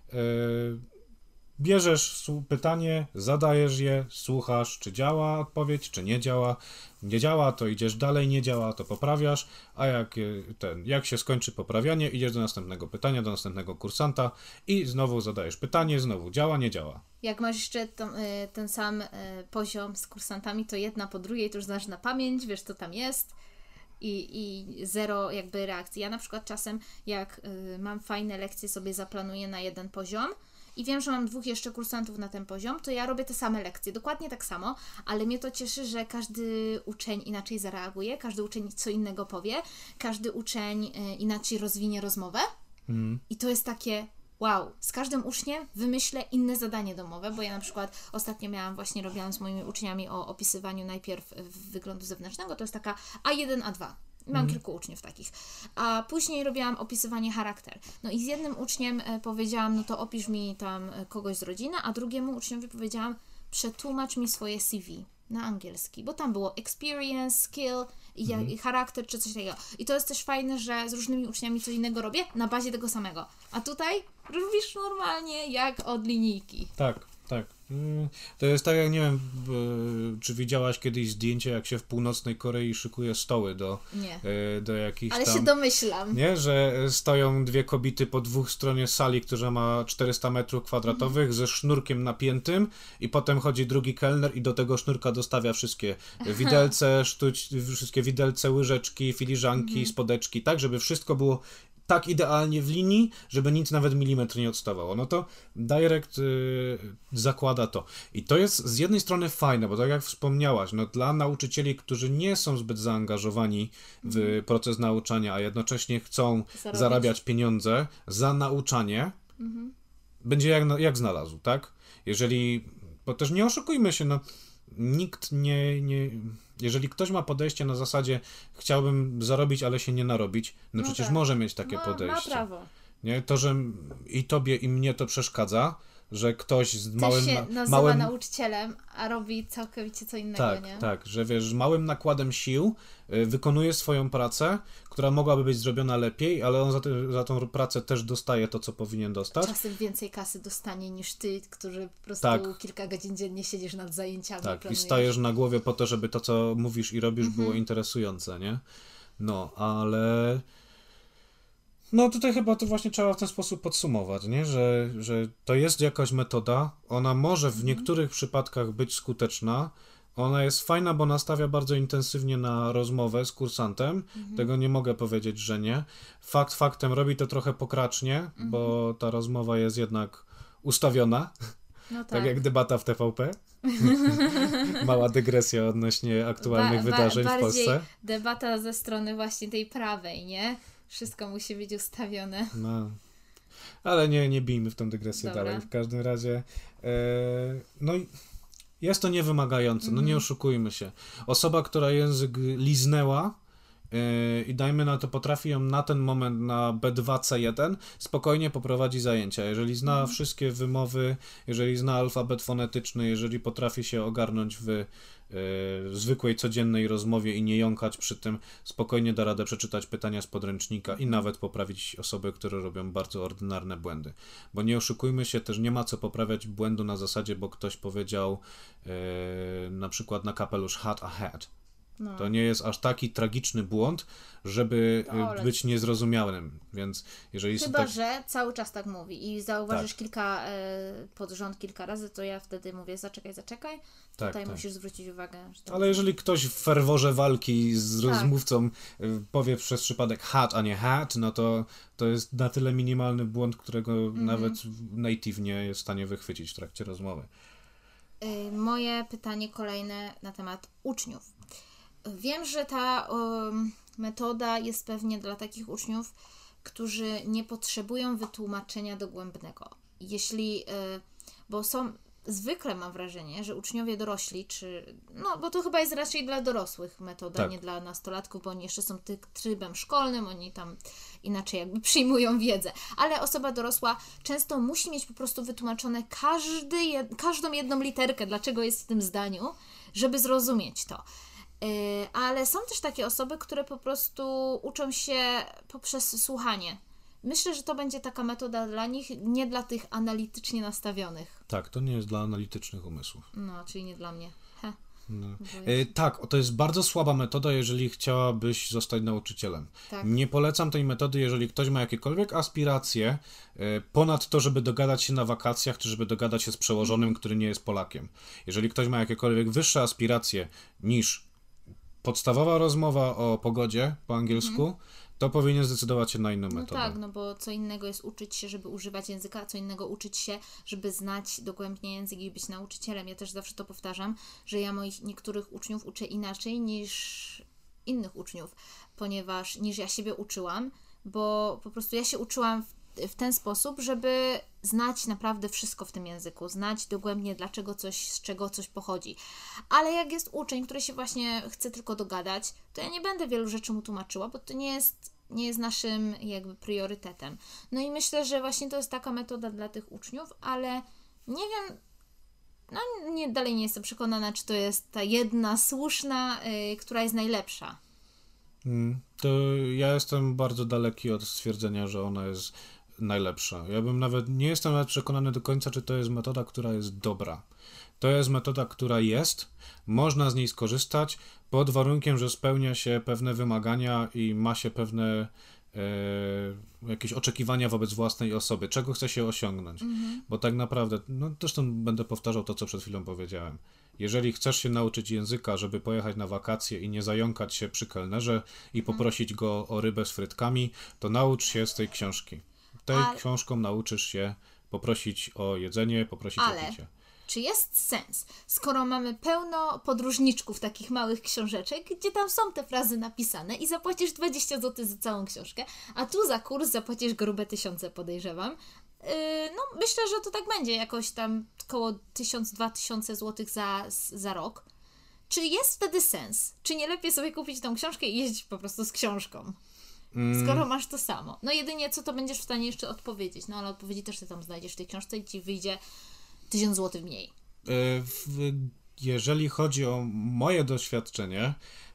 bierzesz pytanie, zadajesz je, słuchasz, czy działa odpowiedź, czy nie działa. Nie działa, to idziesz dalej, nie działa, to poprawiasz, a jak się skończy poprawianie, idziesz do następnego pytania, do następnego kursanta i znowu zadajesz pytanie, znowu działa, nie działa. Jak masz jeszcze ten sam poziom z kursantami, to jedna po drugiej to już znasz na pamięć, wiesz co tam jest i zero jakby reakcji. Ja na przykład czasem jak mam fajne lekcje, sobie zaplanuję na jeden poziom i wiem, że mam 2 jeszcze kursantów na ten poziom, to ja robię te same lekcje, dokładnie tak samo, ale mnie to cieszy, że każdy uczeń inaczej zareaguje, każdy uczeń co innego powie, każdy uczeń inaczej rozwinie rozmowę i to jest takie wow, z każdym uczniem wymyślę inne zadanie domowe, bo ja na przykład ostatnio robiłam z moimi uczniami o opisywaniu najpierw wyglądu zewnętrznego, to jest taka A1, A2. Mam kilku uczniów takich. A później robiłam opisywanie charakter. No i z jednym uczniem powiedziałam, no to opisz mi tam kogoś z rodziny, a drugiemu uczniowi powiedziałam, przetłumacz mi swoje CV na angielski, bo tam było experience, skill i charakter czy coś takiego. I to jest też fajne, że z różnymi uczniami coś innego robię na bazie tego samego. A tutaj robisz normalnie jak od linijki. Tak. To jest tak, jak nie wiem, czy widziałaś kiedyś zdjęcie, jak się w północnej Korei szykuje stoły do jakichś ale tam... się domyślam. Nie, że stoją 2 kobiety po 2 stronie sali, która ma 400 metrów kwadratowych ze sznurkiem napiętym i potem chodzi drugi kelner i do tego sznurka dostawia wszystkie widelce, wszystkie widelce, łyżeczki, filiżanki, spodeczki, tak, żeby wszystko było tak idealnie w linii, żeby nic nawet milimetr nie odstawało. No to Direct zakłada to. I to jest z jednej strony fajne, bo tak jak wspomniałaś, no dla nauczycieli, którzy nie są zbyt zaangażowani w proces nauczania, a jednocześnie chcą zarabiać pieniądze za nauczanie, będzie jak znalazł, tak? Bo też nie oszukujmy się, no nikt nie jeżeli ktoś ma podejście na zasadzie chciałbym zarobić, ale się nie narobić, no przecież może mieć takie podejście. Ma prawo. Nie? To, że i tobie, i mnie to przeszkadza, że ktoś z małym... Ktoś się nazywa nauczycielem, a robi całkowicie co innego, nie? Tak, że wiesz, małym nakładem sił wykonuje swoją pracę, która mogłaby być zrobiona lepiej, ale on za tą pracę też dostaje to, co powinien dostać. Czasem więcej kasy dostanie niż ty, który po prostu kilka godzin dziennie siedzisz nad zajęciami. Tak, i stajesz na głowie po to, żeby to, co mówisz i robisz, było interesujące, nie? No, ale... No tutaj chyba to właśnie trzeba w ten sposób podsumować, nie? Że to jest jakaś metoda, ona może w niektórych przypadkach być skuteczna, ona jest fajna, bo nastawia bardzo intensywnie na rozmowę z kursantem, tego nie mogę powiedzieć, że nie. Fakt faktem robi to trochę pokracznie, bo ta rozmowa jest jednak ustawiona, no tak jak debata w TVP. Mała dygresja odnośnie aktualnych wydarzeń w Polsce. Bardziej debata ze strony właśnie tej prawej, nie? Wszystko musi być ustawione. No. Ale nie bijmy w tą dygresję dalej. W każdym razie no jest to niewymagające, no nie oszukujmy się. Osoba, która język liznęła i dajmy na to potrafi ją na ten moment na B2, C1 spokojnie poprowadzi zajęcia. Jeżeli zna wszystkie wymowy, jeżeli zna alfabet fonetyczny, jeżeli potrafi się ogarnąć w zwykłej, codziennej rozmowie i nie jąkać przy tym, spokojnie da radę przeczytać pytania z podręcznika i nawet poprawić osoby, które robią bardzo ordynarne błędy. Bo nie oszukujmy się, też nie ma co poprawiać błędu na zasadzie, bo ktoś powiedział na przykład na kapelusz hat a hat. No. To nie jest aż taki tragiczny błąd, żeby być niezrozumiałym, więc jeżeli... Chyba, że cały czas tak mówi i zauważysz pod rząd kilka razy, to ja wtedy mówię zaczekaj, tutaj musisz zwrócić uwagę. Ale jeżeli ktoś w ferworze walki z rozmówcą powie przez przypadek hat, a nie hat, no to jest na tyle minimalny błąd, którego nawet native nie jest w stanie wychwycić w trakcie rozmowy. Moje pytanie kolejne na temat uczniów. Wiem, że ta metoda jest pewnie dla takich uczniów, którzy nie potrzebują wytłumaczenia dogłębnego. Bo zwykle mam wrażenie, że uczniowie dorośli, bo to chyba jest raczej dla dorosłych metoda, nie dla nastolatków, bo oni jeszcze są trybem szkolnym, oni tam inaczej jakby przyjmują wiedzę. Ale osoba dorosła często musi mieć po prostu wytłumaczone każdą jedną literkę, dlaczego jest w tym zdaniu, żeby zrozumieć to. Ale są też takie osoby, które po prostu uczą się poprzez słuchanie. Myślę, że to będzie taka metoda dla nich, nie dla tych analitycznie nastawionych. Tak, to nie jest dla analitycznych umysłów. No, czyli nie dla mnie. No. Tak, to jest bardzo słaba metoda, jeżeli chciałabyś zostać nauczycielem. Tak. Nie polecam tej metody, jeżeli ktoś ma jakiekolwiek aspiracje ponad to, żeby dogadać się na wakacjach, czy żeby dogadać się z przełożonym, który nie jest Polakiem. Jeżeli ktoś ma jakiekolwiek wyższe aspiracje niż podstawowa rozmowa o pogodzie po angielsku, to powinien zdecydować się na inną No metodę. tak, no bo co innego jest uczyć się, żeby używać języka, a co innego uczyć się, żeby znać dogłębnie język i być nauczycielem. Ja też zawsze to powtarzam, że ja moich niektórych uczniów uczę inaczej niż innych uczniów, ponieważ niż ja siebie uczyłam, bo po prostu ja się uczyłam w ten sposób, żeby znać naprawdę wszystko w tym języku, znać dogłębnie dlaczego coś, z czego coś pochodzi. Ale jak jest uczeń, który się właśnie chce tylko dogadać, to ja nie będę wielu rzeczy mu tłumaczyła, bo to nie jest naszym jakby priorytetem. No i myślę, że właśnie to jest taka metoda dla tych uczniów, ale nie wiem, no dalej nie jestem przekonana, czy to jest ta jedna słuszna, która jest najlepsza. To ja jestem bardzo daleki od stwierdzenia, że ona jest najlepsza. Nie jestem nawet przekonany do końca, czy to jest metoda, która jest dobra. To jest metoda, która jest, można z niej skorzystać pod warunkiem, że spełnia się pewne wymagania i ma się pewne jakieś oczekiwania wobec własnej osoby, czego chce się osiągnąć. Bo tak naprawdę, no zresztą będę powtarzał to, co przed chwilą powiedziałem. Jeżeli chcesz się nauczyć języka, żeby pojechać na wakacje i nie zająkać się przy kelnerze i poprosić go o rybę z frytkami, to naucz się z tej książki. Książką nauczysz się poprosić o jedzenie, poprosić o picie. Czy jest sens, skoro mamy pełno podróżniczków takich małych książeczek, gdzie tam są te frazy napisane i zapłacisz 20 zł za całą książkę, a tu za kurs zapłacisz grube 1000, podejrzewam. No myślę, że to tak będzie, jakoś tam około 1000-2000 zł za rok. Czy jest wtedy sens? Czy nie lepiej sobie kupić tą książkę i jeździć po prostu z książką? Skoro masz to samo. No jedynie co to będziesz w stanie jeszcze odpowiedzieć, no ale odpowiedzi też ty tam znajdziesz w tej książce i ci wyjdzie 1000 zł mniej. Jeżeli chodzi o moje doświadczenie,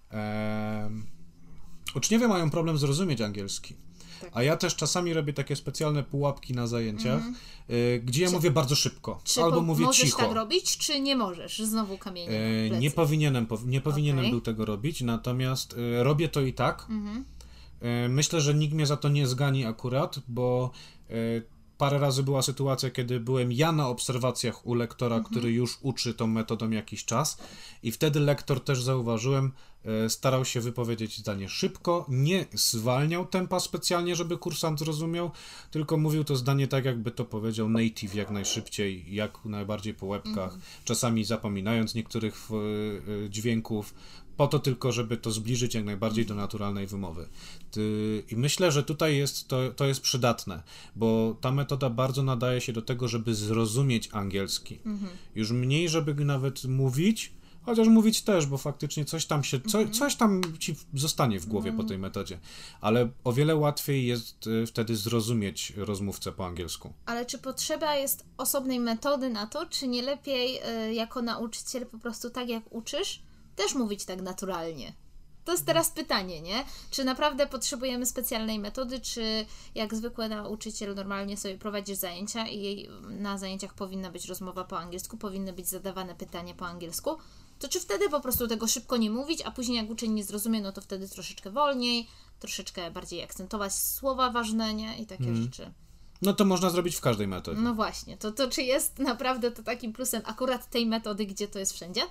uczniowie mają problem zrozumieć angielski. Tak. A ja też czasami robię takie specjalne pułapki na zajęciach, gdzie ja mówię bardzo szybko, albo mówię możesz cicho. Możesz tak robić, czy nie możesz? Znowu kamienie na plecy. Nie powinienem był tego robić, natomiast robię to i tak. Myślę, że nikt mnie za to nie zgani akurat, bo parę razy była sytuacja, kiedy byłem ja na obserwacjach u lektora, który już uczy tą metodą jakiś czas i wtedy lektor też zauważyłem, starał się wypowiedzieć zdanie szybko, nie zwalniał tempa specjalnie, żeby kursant zrozumiał, tylko mówił to zdanie tak, jakby to powiedział native jak najszybciej, jak najbardziej po łebkach, czasami zapominając niektórych dźwięków, po to tylko, żeby to zbliżyć jak najbardziej do naturalnej wymowy. I myślę, że tutaj to jest przydatne, bo ta metoda bardzo nadaje się do tego, żeby zrozumieć angielski. Już mniej, żeby nawet mówić, chociaż mówić też, bo faktycznie coś tam ci zostanie w głowie po tej metodzie. Ale o wiele łatwiej jest wtedy zrozumieć rozmówcę po angielsku. Ale czy potrzeba jest osobnej metody na to, czy nie lepiej jako nauczyciel po prostu tak jak uczysz, też mówić tak naturalnie? To jest teraz pytanie, nie? Czy naprawdę potrzebujemy specjalnej metody, czy jak zwykły nauczyciel normalnie sobie prowadzisz zajęcia i na zajęciach powinna być rozmowa po angielsku, powinny być zadawane pytania po angielsku, to czy wtedy po prostu tego szybko nie mówić, a później jak uczeń nie zrozumie, no to wtedy troszeczkę wolniej, troszeczkę bardziej akcentować słowa ważne, nie? I takie rzeczy. No to można zrobić w każdej metodzie. No właśnie, to czy jest naprawdę to takim plusem akurat tej metody, gdzie to jest wszędzie?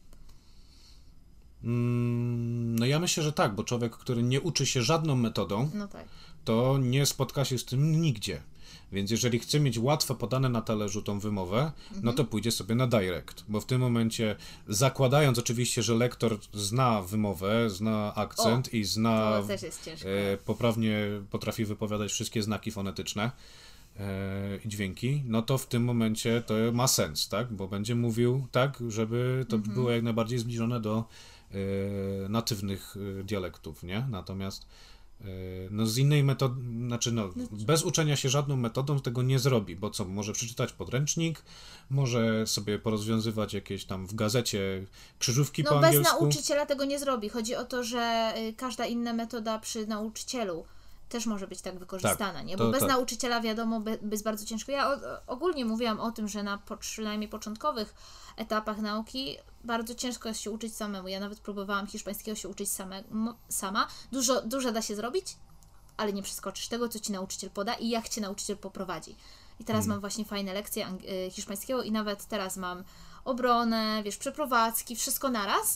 No ja myślę, że tak, bo człowiek, który nie uczy się żadną metodą, no tak, to nie spotka się z tym nigdzie. Więc jeżeli chce mieć łatwo podane na talerzu tą wymowę, no to pójdzie sobie na direct, bo w tym momencie, zakładając oczywiście, że lektor zna wymowę, zna akcent i zna, poprawnie potrafi wypowiadać wszystkie znaki fonetyczne i dźwięki, no to w tym momencie to ma sens, tak? Bo będzie mówił tak, żeby to było jak najbardziej zbliżone do natywnych dialektów, nie? Natomiast no z innej metody, bez uczenia się żadną metodą tego nie zrobi, bo co, może przeczytać podręcznik, może sobie porozwiązywać jakieś tam w gazecie krzyżówki po angielsku. No bez nauczyciela tego nie zrobi. Chodzi o to, że każda inna metoda przy nauczycielu też może być tak wykorzystana, tak, nie? Bo bez nauczyciela wiadomo, jest bardzo ciężko. Ja ogólnie mówiłam o tym, że na przynajmniej początkowych etapach nauki bardzo ciężko jest się uczyć samemu. Ja nawet próbowałam hiszpańskiego się uczyć sama. Dużo da się zrobić, ale nie przeskoczysz tego, co ci nauczyciel poda i jak cię nauczyciel poprowadzi. I teraz mam właśnie fajne lekcje hiszpańskiego i nawet teraz mam obronę, przeprowadzki, wszystko naraz.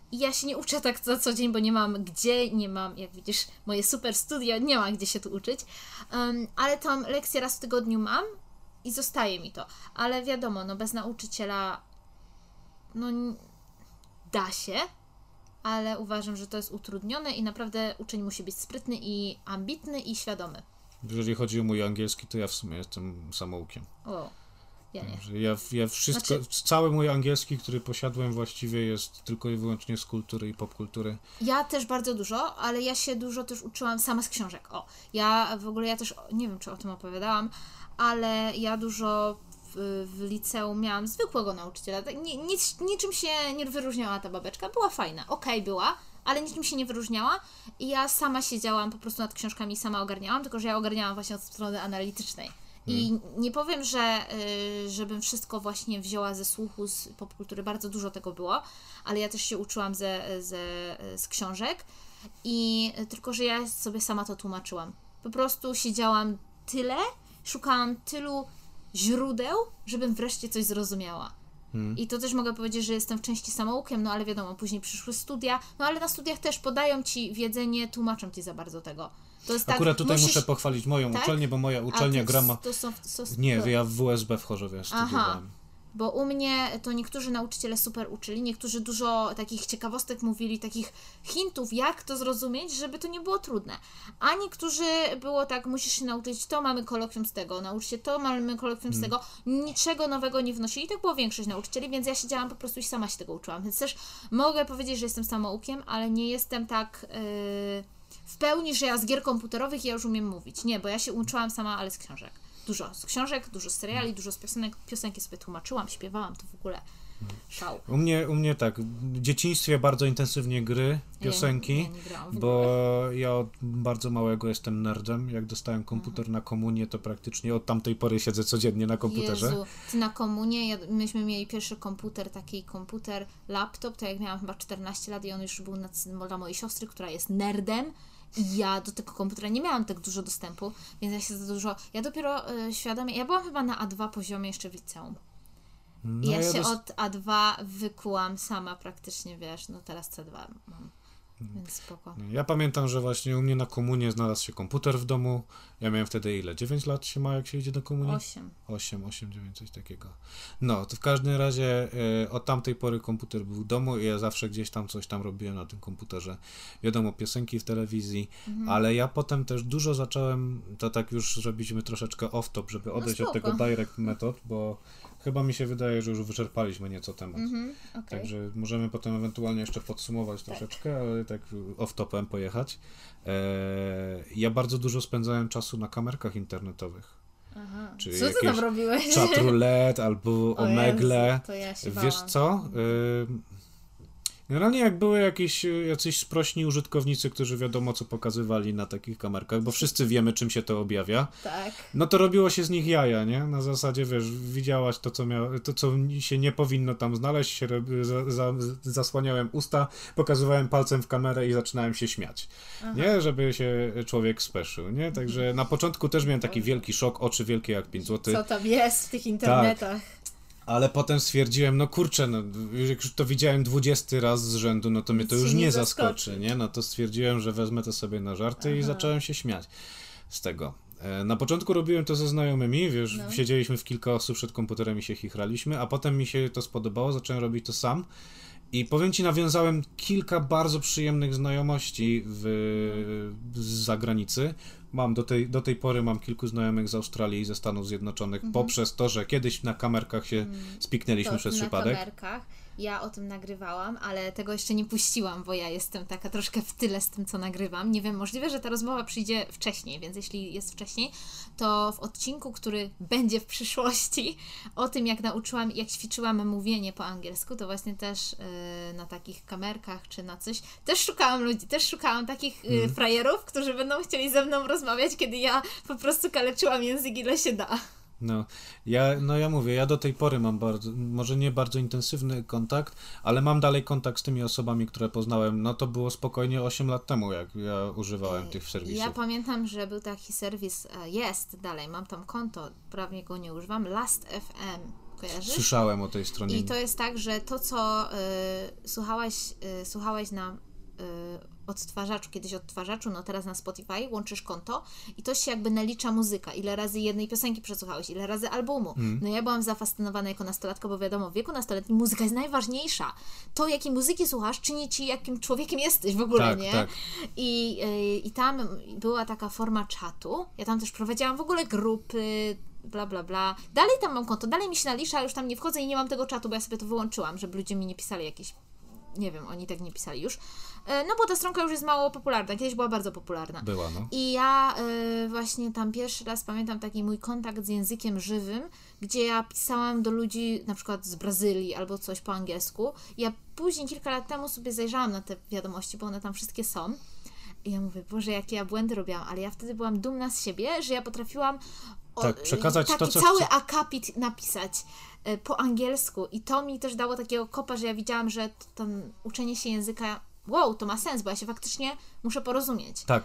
I ja się nie uczę tak co dzień, bo nie mam gdzie, nie mam, jak widzisz, moje super studio, nie ma gdzie się tu uczyć, ale tą lekcję raz w tygodniu mam i zostaje mi to. Ale wiadomo, no bez nauczyciela no da się, ale uważam, że to jest utrudnione i naprawdę uczeń musi być sprytny i ambitny i świadomy. Jeżeli chodzi o mój angielski, to ja w sumie jestem samoukiem. O, ja nie. Ja wszystko, cały mój angielski, który posiadłem właściwie jest tylko i wyłącznie z kultury i popkultury. Ja też bardzo dużo, ale ja się dużo też uczyłam sama z książek. Ja też, nie wiem czy o tym opowiadałam, ale ja dużo w liceum miałam zwykłego nauczyciela. Niczym się nie wyróżniała ta babeczka. Była fajna, była, ale niczym się nie wyróżniała i ja sama siedziałam po prostu nad książkami, sama ogarniałam, tylko że ja ogarniałam właśnie od strony analitycznej. I nie powiem, żebym wszystko właśnie wzięła ze słuchu, z popkultury, bardzo dużo tego było, ale ja też się uczyłam z książek i tylko, że ja sobie sama to tłumaczyłam. Po prostu siedziałam szukałam tylu źródeł, żebym wreszcie coś zrozumiała. I to też mogę powiedzieć, że jestem w części samoukiem, no ale wiadomo, później przyszły studia, no ale na studiach też podają ci wiedzę, nie tłumaczą ci za bardzo tego. To jest akurat tutaj muszę pochwalić moją uczelnię, bo moja uczelnia Nie, ja w WSB w Chorzowie studiowałem. Bo u mnie to niektórzy nauczyciele super uczyli, niektórzy dużo takich ciekawostek mówili, takich hintów, jak to zrozumieć, żeby to nie było trudne. A niektórzy było tak, musisz się nauczyć to, mamy kolokwium z tego, naucz się to, mamy kolokwium z tego, niczego nowego nie wnosili. I tak było większość nauczycieli, więc ja siedziałam po prostu i sama się tego uczyłam. Więc też mogę powiedzieć, że jestem samoukiem, ale nie jestem tak w pełni, że ja z gier komputerowych ja już umiem mówić. Nie, bo ja się uczyłam sama, ale z książek. Dużo z książek, dużo z seriali, dużo z piosenek. Piosenki sobie tłumaczyłam, śpiewałam, to w ogóle szał. U mnie tak, w dzieciństwie bardzo intensywnie gry, piosenki, nie grałam w ogóle. bo ja od bardzo małego jestem nerdem. Jak dostałem komputer na komunię, to praktycznie od tamtej pory siedzę codziennie na komputerze. Jezu, ty na komunię, myśmy mieli pierwszy komputer, laptop, to jak miałam chyba 14 lat i on już był dla mojej siostry, która jest nerdem. I ja do tego komputera nie miałam tak dużo dostępu, więc ja dopiero świadomie, ja byłam chyba na A2 poziomie jeszcze w liceum. I ja się od A2 wykułam sama praktycznie, wiesz, no teraz C2 mam, więc spoko. Ja pamiętam, że właśnie u mnie na komunię znalazł się komputer w domu. Ja miałem wtedy ile? 9 lat się ma, jak się idzie do komunii? 8, 9, coś takiego. No, to w każdym razie od tamtej pory komputer był w domu i ja zawsze gdzieś tam coś tam robiłem na tym komputerze. Wiadomo, piosenki w telewizji, ale ja potem też dużo zacząłem, to tak już zrobiliśmy troszeczkę off-top, żeby odejść od tego direct method, bo chyba mi się wydaje, że już wyczerpaliśmy nieco temat. Okay. Także możemy potem ewentualnie jeszcze podsumować troszeczkę, ale tak off-topem pojechać. Ja bardzo dużo spędzałem czasu na kamerkach internetowych. Aha. Czyli co ty tam robiłeś? Chat roulette albo Omegle. Jezu, to ja się Wiesz co? Generalnie jak były jacyś sprośni użytkownicy, którzy wiadomo co pokazywali na takich kamerkach, bo wszyscy wiemy czym się to objawia, tak. No to robiło się z nich jaja, nie? Na zasadzie, wiesz, widziałaś to co się nie powinno tam znaleźć, zasłaniałem usta, pokazywałem palcem w kamerę i zaczynałem się śmiać, nie? Żeby się człowiek speszył, nie? Także na początku też miałem taki wielki szok, oczy wielkie jak 5 zł. Co tam jest w tych internetach? Tak. Ale potem stwierdziłem, no kurczę, no, jak już to widziałem 20 raz z rzędu, no to mnie to już nie zaskoczy, nie? No to stwierdziłem, że wezmę to sobie na żarty i zacząłem się śmiać z tego. Na początku robiłem to ze znajomymi, wiesz, siedzieliśmy w kilka osób przed komputerem i się chichraliśmy, a potem mi się to spodobało, zacząłem robić to sam. I powiem Ci, nawiązałem kilka bardzo przyjemnych znajomości z zagranicy. Do tej pory mam kilku znajomych z Australii i ze Stanów Zjednoczonych poprzez to, że kiedyś na kamerkach się spiknęliśmy przez przypadek. Na kamerkach. Ja o tym nagrywałam, ale tego jeszcze nie puściłam, bo ja jestem taka troszkę w tyle z tym, co nagrywam. Nie wiem, możliwe, że ta rozmowa przyjdzie wcześniej, więc jeśli jest wcześniej, to w odcinku, który będzie w przyszłości, o tym, jak ćwiczyłam mówienie po angielsku, to właśnie też na takich kamerkach czy na coś, też szukałam ludzi, też szukałam takich frajerów, którzy będą chcieli ze mną rozmawiać, kiedy ja po prostu kaleczyłam język ile się da. Ja mówię, ja do tej pory mam może nie bardzo intensywny kontakt, ale mam dalej kontakt z tymi osobami, które poznałem. No to było spokojnie 8 lat temu, jak ja używałem tych serwisów. Ja pamiętam, że był taki serwis, jest dalej, mam tam konto, prawie go nie używam, Last.fm. Kojarzysz? Słyszałem o tej stronie. I to jest tak, że to, co słuchałeś na odtwarzaczu, kiedyś odtwarzaczu, no teraz na Spotify, łączysz konto i to się jakby nalicza muzyka. Ile razy jednej piosenki przesłuchałeś, ile razy albumu. No ja byłam zafascynowana jako nastolatka, bo wiadomo, w wieku nastoletnim muzyka jest najważniejsza. To, jakiej muzyki słuchasz, czyni ci, jakim człowiekiem jesteś w ogóle, Tak, nie? tak. I tam była taka forma czatu. Ja tam też prowadziłam w ogóle grupy, bla, bla, bla. Dalej tam mam konto, dalej mi się nalicza, ale już tam nie wchodzę i nie mam tego czatu, bo ja sobie to wyłączyłam, żeby ludzie mi nie pisali jakieś, nie wiem, oni tak nie pisali już. No bo ta stronka już jest mało popularna, kiedyś była bardzo popularna. Była, no. I ja właśnie tam pierwszy raz pamiętam taki mój kontakt z językiem żywym, gdzie ja pisałam do ludzi na przykład z Brazylii albo coś po angielsku. Ja później, kilka lat temu sobie zajrzałam na te wiadomości, bo one tam wszystkie są. I ja mówię, Boże, jakie ja błędy robiłam, ale ja wtedy byłam dumna z siebie, że ja potrafiłam przekazać taki to, co cały akapit napisać po angielsku i to mi też dało takiego kopa, że ja widziałam, że to uczenie się języka, wow, to ma sens, bo ja się faktycznie muszę porozumieć. Tak,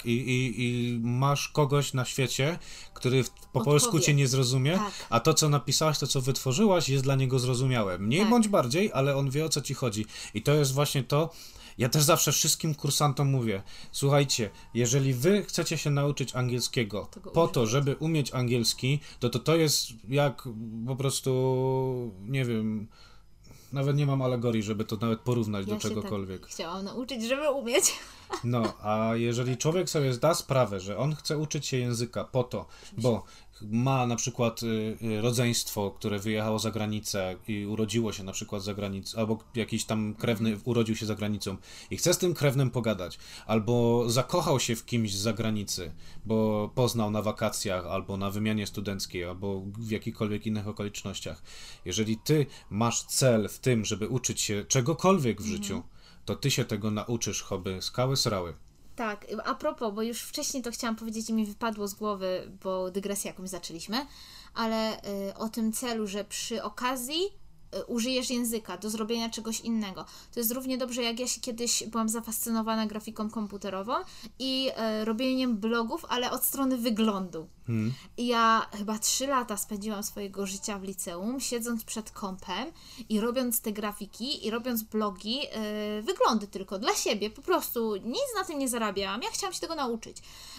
i masz kogoś na świecie, który po polsku cię nie zrozumie, tak. A to, co napisałaś, to, co wytworzyłaś, jest dla niego zrozumiałe. Mniej tak. bądź bardziej, ale on wie, o co ci chodzi. I to jest właśnie to. Ja też zawsze wszystkim kursantom mówię, słuchajcie, jeżeli wy chcecie się nauczyć angielskiego po to, żeby umieć angielski, to jest jak po prostu, nie wiem, nawet nie mam alegorii, żeby to nawet porównać do czegokolwiek. Tak chciałam nauczyć, żeby umieć. No, a jeżeli człowiek sobie zda sprawę, że on chce uczyć się języka po to, bo ma na przykład rodzeństwo, które wyjechało za granicę i urodziło się na przykład za granicą, albo jakiś tam krewny urodził się za granicą i chce z tym krewnym pogadać, albo zakochał się w kimś z zagranicy, bo poznał na wakacjach, albo na wymianie studenckiej, albo w jakichkolwiek innych okolicznościach. Jeżeli ty masz cel w tym, żeby uczyć się czegokolwiek w życiu, to ty się tego nauczysz, choby skały srały. Tak, a propos, bo już wcześniej to chciałam powiedzieć i mi wypadło z głowy, bo dygresję jakąś zaczęliśmy, ale o tym celu, że przy okazji użyjesz języka do zrobienia czegoś innego. To jest równie dobrze, jak ja się kiedyś byłam zafascynowana grafiką komputerową i robieniem blogów, ale od strony wyglądu. I ja chyba 3 lata spędziłam swojego życia w liceum, siedząc przed kompem i robiąc te grafiki i robiąc blogi, wyglądy tylko dla siebie, po prostu nic na tym nie zarabiałam. Ja chciałam się tego nauczyć.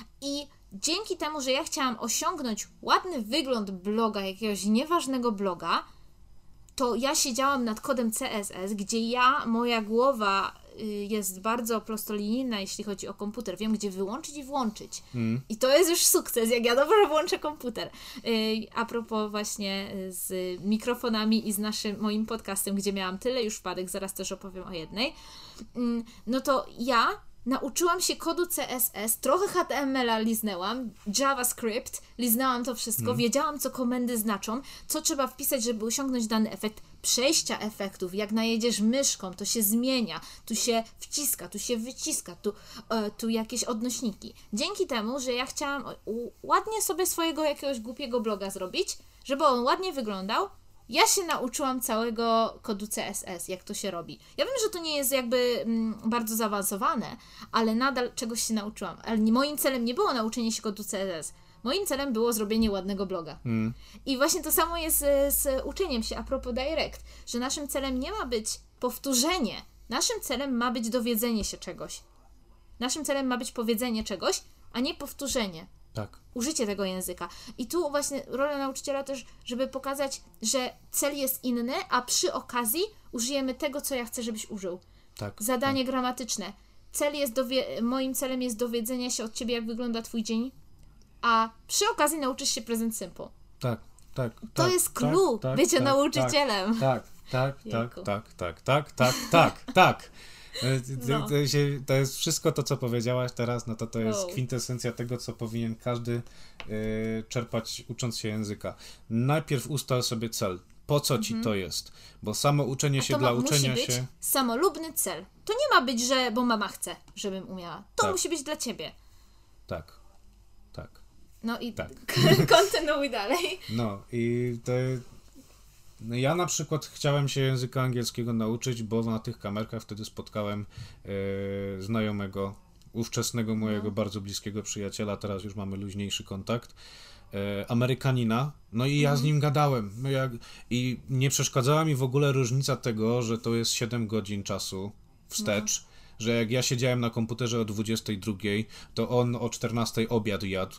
I dzięki temu, że ja chciałam osiągnąć ładny wygląd bloga, jakiegoś nieważnego bloga, to ja siedziałam nad kodem CSS, gdzie moja głowa jest bardzo prostolinijna, jeśli chodzi o komputer. Wiem, gdzie wyłączyć i włączyć. I to jest już sukces, jak ja dobrze włączę komputer. A propos właśnie z mikrofonami i z moim podcastem, gdzie miałam tyle już wpadek, zaraz też opowiem o jednej, no to ja nauczyłam się kodu CSS, trochę HTML-a liznęłam, JavaScript, liznęłam to wszystko, wiedziałam, co komendy znaczą, co trzeba wpisać, żeby osiągnąć dany efekt, przejścia efektów, jak najedziesz myszką, to się zmienia, tu się wciska, tu się wyciska, tu jakieś odnośniki. Dzięki temu, że ja chciałam ładnie sobie swojego jakiegoś głupiego bloga zrobić, żeby on ładnie wyglądał, ja się nauczyłam całego kodu CSS, jak to się robi. Ja wiem, że to nie jest jakby bardzo zaawansowane, ale nadal czegoś się nauczyłam. Ale moim celem nie było nauczenie się kodu CSS. Moim celem było zrobienie ładnego bloga. I właśnie to samo jest z uczeniem się a propos Direct, że naszym celem nie ma być powtórzenie. Naszym celem ma być dowiedzenie się czegoś. Naszym celem ma być powiedzenie czegoś, a nie powtórzenie. Tak. Użycie tego języka. I tu właśnie rola nauczyciela też, żeby pokazać, że cel jest inny, a przy okazji użyjemy tego, co ja chcę, żebyś użył. Tak. Zadanie gramatyczne. Moim celem jest dowiedzenia się od ciebie, jak wygląda twój dzień, a przy okazji nauczysz się present simple. Tak. To jest clue bycia nauczycielem. Tak. No. To jest wszystko to, co powiedziałaś teraz, no to jest kwintesencja tego, co powinien każdy czerpać, ucząc się języka. Najpierw ustal sobie cel. Po co ci to jest? Bo samo uczenie się dla uczenia musi być się... samolubny cel. To nie ma być, że bo mama chce, żebym umiała. To musi być dla ciebie. Tak. No i kontynuuj dalej. No i to... No ja na przykład chciałem się języka angielskiego nauczyć, bo na tych kamerkach wtedy spotkałem znajomego, ówczesnego mojego bardzo bliskiego przyjaciela, teraz już mamy luźniejszy kontakt. Amerykanina, no i ja z nim gadałem. I nie przeszkadzała mi w ogóle różnica tego, że to jest 7 godzin czasu wstecz, że jak ja siedziałem na komputerze o 22, to on o 14 obiad jadł.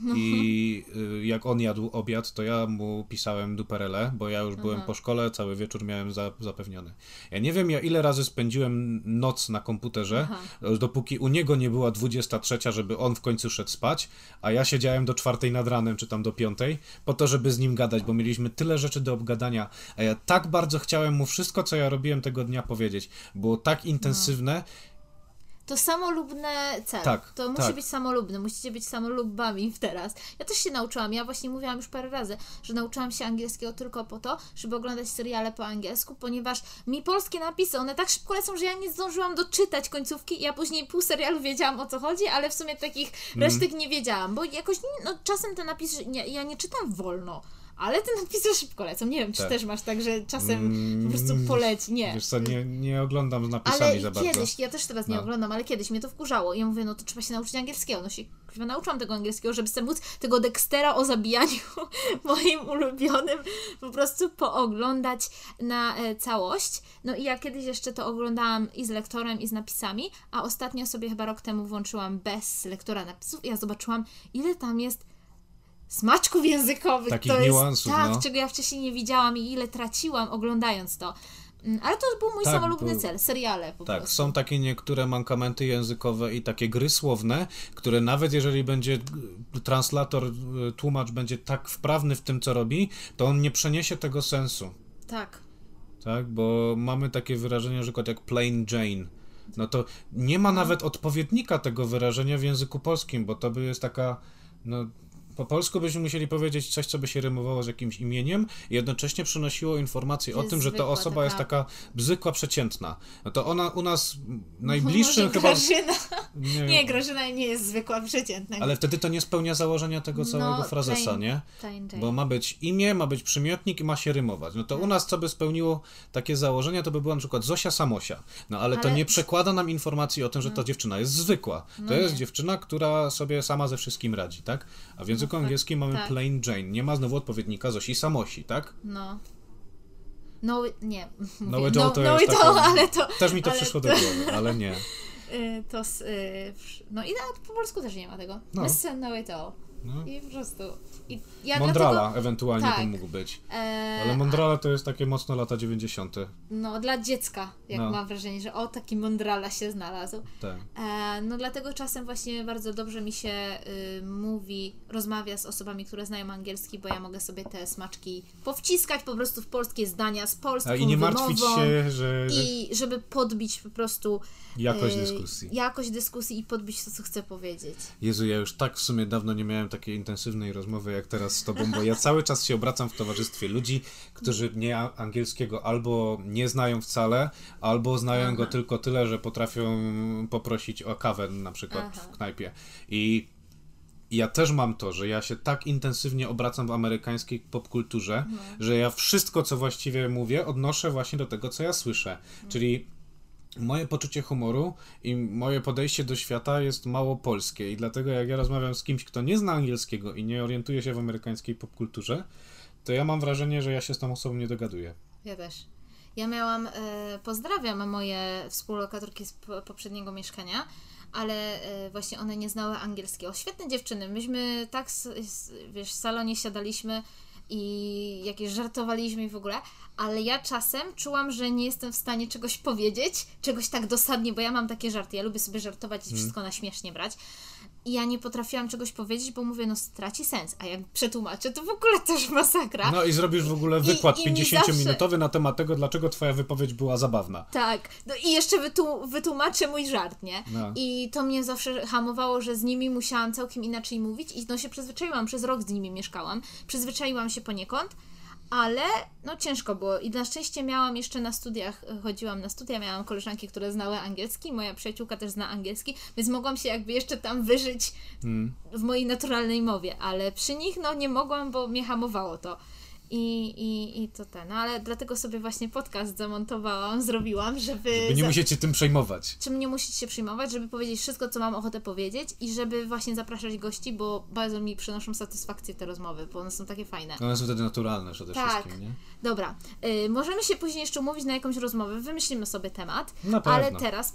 I jak on jadł obiad, to ja mu pisałem duperele, bo ja już byłem po szkole, cały wieczór miałem zapewniony. Ja nie wiem, ja ile razy spędziłem noc na komputerze, dopóki u niego nie była 23, żeby on w końcu szedł spać, a ja siedziałem do 4 nad ranem, czy tam do 5, po to, żeby z nim gadać, bo mieliśmy tyle rzeczy do obgadania, a ja tak bardzo chciałem mu wszystko, co ja robiłem tego dnia, powiedzieć. Było tak intensywne. To samolubny cel. Tak, to musi być samolubny. Musicie być samolubami teraz. Ja też się nauczyłam. Ja właśnie mówiłam już parę razy, że nauczyłam się angielskiego tylko po to, żeby oglądać seriale po angielsku, ponieważ mi polskie napisy, one tak szybko lecą, że ja nie zdążyłam doczytać końcówki i ja później pół serialu wiedziałam, o co chodzi, ale w sumie takich resztek nie wiedziałam, bo jakoś czasem te napisy, ja nie czytam wolno. Ale te napisy szybko lecą. Nie wiem, czy też masz tak, że czasem po prostu poleci. Nie. Wiesz co, nie oglądam z napisami za bardzo. Ale kiedyś, ja też teraz nie oglądam, ale kiedyś mnie to wkurzało. I ja mówię, no to trzeba się nauczyć angielskiego. No się chyba nauczyłam tego angielskiego, żeby sobie móc tego Dextera o zabijaniu moim ulubionym po prostu pooglądać na całość. No i ja kiedyś jeszcze to oglądałam i z lektorem, i z napisami, a ostatnio sobie chyba rok temu włączyłam bez lektora napisów i ja zobaczyłam, ile tam jest smaczków językowych. Takich to jest niuansów, czego ja wcześniej nie widziałam i ile traciłam oglądając to. Ale to był mój samolubny cel, seriale po prostu. Są takie niektóre mankamenty językowe i takie gry słowne, które nawet jeżeli będzie translator, tłumacz będzie tak wprawny w tym, co robi, to on nie przeniesie tego sensu. Tak, bo mamy takie wyrażenie, że jak plain Jane. No to nie ma nawet odpowiednika tego wyrażenia w języku polskim, bo to by jest taka, po polsku byśmy musieli powiedzieć coś, co by się rymowało z jakimś imieniem i jednocześnie przynosiło informację o tym, że ta osoba jest taka zwykła, przeciętna. No to ona u nas najbliższym chyba... Grażyna. Nie, Grażyna nie jest zwykła, przeciętna. Ale wtedy to nie spełnia założenia tego całego frazesa, nie? Bo ma być imię, ma być przymiotnik i ma się rymować. No to u nas co by spełniło takie założenia, to by była na przykład Zosia Samosia. Ale to nie przekłada nam informacji o tym, że ta dziewczyna jest zwykła. To jest dziewczyna, która sobie sama ze wszystkim radzi, tak? A w języku angielskim mamy plain Jane. Nie ma znowu odpowiednika Zosi Samosi, tak? Ale to... Też mi to przyszło do głowy, ale nie. I nawet po polsku też nie ma tego. Mr. Know It All. I po prostu... Mondrala ewentualnie to mógł być. Ale Mondrala to jest takie mocno lata 90. Dla dziecka, mam wrażenie, że taki Mondrala się znalazł. Tak. Dlatego czasem właśnie bardzo dobrze mi się rozmawia z osobami, które znają angielski, bo ja mogę sobie te smaczki powciskać po prostu w polskie zdania z polską wymową. I nie martwić się, że... I żeby podbić po prostu jakość dyskusji i podbić to, co chcę powiedzieć. Jezu, ja już tak w sumie dawno nie miałem takiej intensywnej rozmowy jak teraz z tobą, bo ja cały czas się obracam w towarzystwie ludzi, którzy nie angielskiego albo nie znają wcale, albo znają go tylko tyle, że potrafią poprosić o kawę na przykład w knajpie. I ja też mam to, że ja się tak intensywnie obracam w amerykańskiej popkulturze, że ja wszystko, co właściwie mówię, odnoszę właśnie do tego, co ja słyszę. Czyli moje poczucie humoru i moje podejście do świata jest mało polskie i dlatego jak ja rozmawiam z kimś, kto nie zna angielskiego i nie orientuje się w amerykańskiej popkulturze, to ja mam wrażenie, że ja się z tą osobą nie dogaduję. Ja też. Ja miałam, pozdrawiam moje współlokatorki z poprzedniego mieszkania, ale właśnie one nie znały angielskiego. Świetne dziewczyny. Myśmy tak, w salonie siadaliśmy i jakieś żartowaliśmy i w ogóle, ale ja czasem czułam, że nie jestem w stanie czegoś powiedzieć, czegoś tak dosadnie, bo ja mam takie żarty, ja lubię sobie żartować i wszystko na śmiesznie brać. I ja nie potrafiłam czegoś powiedzieć, bo mówię, straci sens, a jak przetłumaczę, to w ogóle też masakra. I zrobisz w ogóle wykład 50-minutowy na temat tego, dlaczego twoja wypowiedź była zabawna. Tak, i jeszcze wytłumaczę mój żart, nie? I to mnie zawsze hamowało, że z nimi musiałam całkiem inaczej mówić i się przyzwyczaiłam, przez rok z nimi mieszkałam, przyzwyczaiłam się poniekąd, ale ciężko było i na szczęście miałam jeszcze na studiach, chodziłam na studia, miałam koleżanki, które znały angielski, moja przyjaciółka też zna angielski, więc mogłam się jakby jeszcze tam wyżyć w mojej naturalnej mowie, ale przy nich nie mogłam, bo mnie hamowało to. I to ten, no ale dlatego sobie właśnie podcast zrobiłam, żeby nie musieć się tym przejmować. Czym nie musieć się przejmować, żeby powiedzieć wszystko, co mam ochotę powiedzieć i żeby właśnie zapraszać gości, bo bardzo mi przynoszą satysfakcję te rozmowy, bo one są takie fajne. One są wtedy naturalne przede wszystkim, nie? Dobra. Możemy się później jeszcze umówić na jakąś rozmowę, wymyślimy sobie temat, Na pewno. ale teraz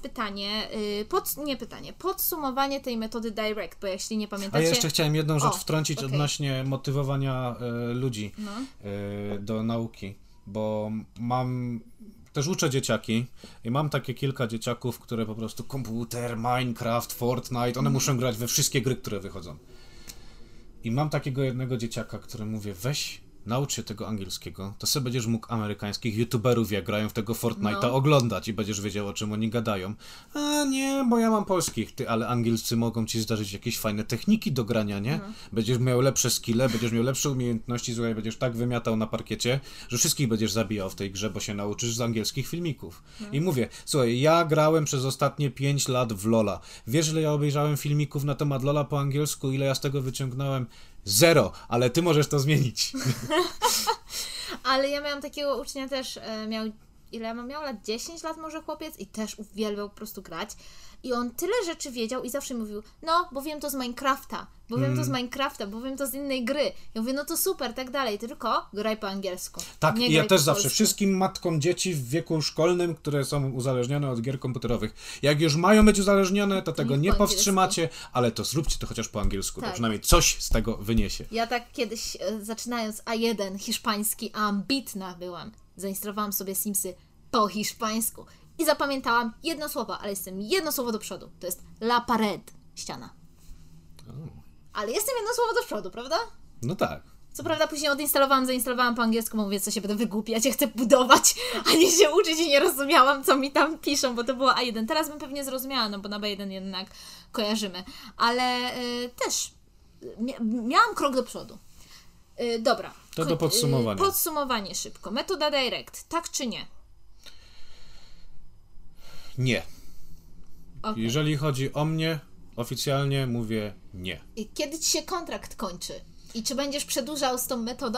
podsumowanie tej metody Direct, bo jeśli nie pamiętacie... A ja jeszcze chciałem jedną rzecz wtrącić okay. odnośnie motywowania ludzi do nauki, bo też uczę dzieciaki i mam takie kilka dzieciaków, które po prostu komputer, Minecraft, Fortnite, one muszą grać we wszystkie gry, które wychodzą. I mam takiego jednego dzieciaka, który mówię, weź, naucz się tego angielskiego, to sobie będziesz mógł amerykańskich youtuberów, jak grają w tego Fortnite'a, oglądać i będziesz wiedział, o czym oni gadają. A nie, bo ja mam polskich. Ty, ale angielscy mogą ci zdarzyć jakieś fajne techniki do grania, nie? Będziesz miał lepsze skille, będziesz miał lepsze umiejętności, słuchaj, będziesz tak wymiatał na parkiecie, że wszystkich będziesz zabijał w tej grze, bo się nauczysz z angielskich filmików. I mówię, słuchaj, ja grałem przez ostatnie 5 lat w LoL'a. Wiesz, ile ja obejrzałem filmików na temat LoL'a po angielsku, ile ja z tego wyciągnąłem? 0, ale ty możesz to zmienić. Ale ja miałam takiego ucznia też, miał lat 10 lat może chłopiec i też uwielbiał po prostu grać. I on tyle rzeczy wiedział i zawsze mówił, no, bo wiem to z Minecrafta, bo wiem to z innej gry. Ja mówię, no to super, tak dalej, tylko graj po angielsku. Tak, nie i ja też zawsze wszystkim matkom dzieci w wieku szkolnym, które są uzależnione od gier komputerowych, jak już mają być uzależnione, to tego nie powstrzymacie, ale to zróbcie to chociaż po angielsku, to przynajmniej coś z tego wyniesie. Ja tak kiedyś, zaczynając A1 hiszpański, ambitna byłam. Zainstalowałam sobie Simsy po hiszpańsku. I zapamiętałam jedno słowo, ale jestem jedno słowo do przodu. To jest la pared, ściana. Ale jestem jedno słowo do przodu, prawda? No tak. Co prawda później zainstalowałam po angielsku, bo mówię, co się będę wygłupiać, ja chcę budować, a nie się uczyć i nie rozumiałam, co mi tam piszą, bo to było A1. Teraz bym pewnie zrozumiała, no bo na B1 jednak kojarzymy. Ale też miałam krok do przodu. Dobra. To do podsumowania. Podsumowanie szybko. Metoda Direct, tak czy nie? Nie. Okay. Jeżeli chodzi o mnie, oficjalnie mówię nie. I kiedy ci się kontrakt kończy? I czy będziesz przedłużał z tą metodą?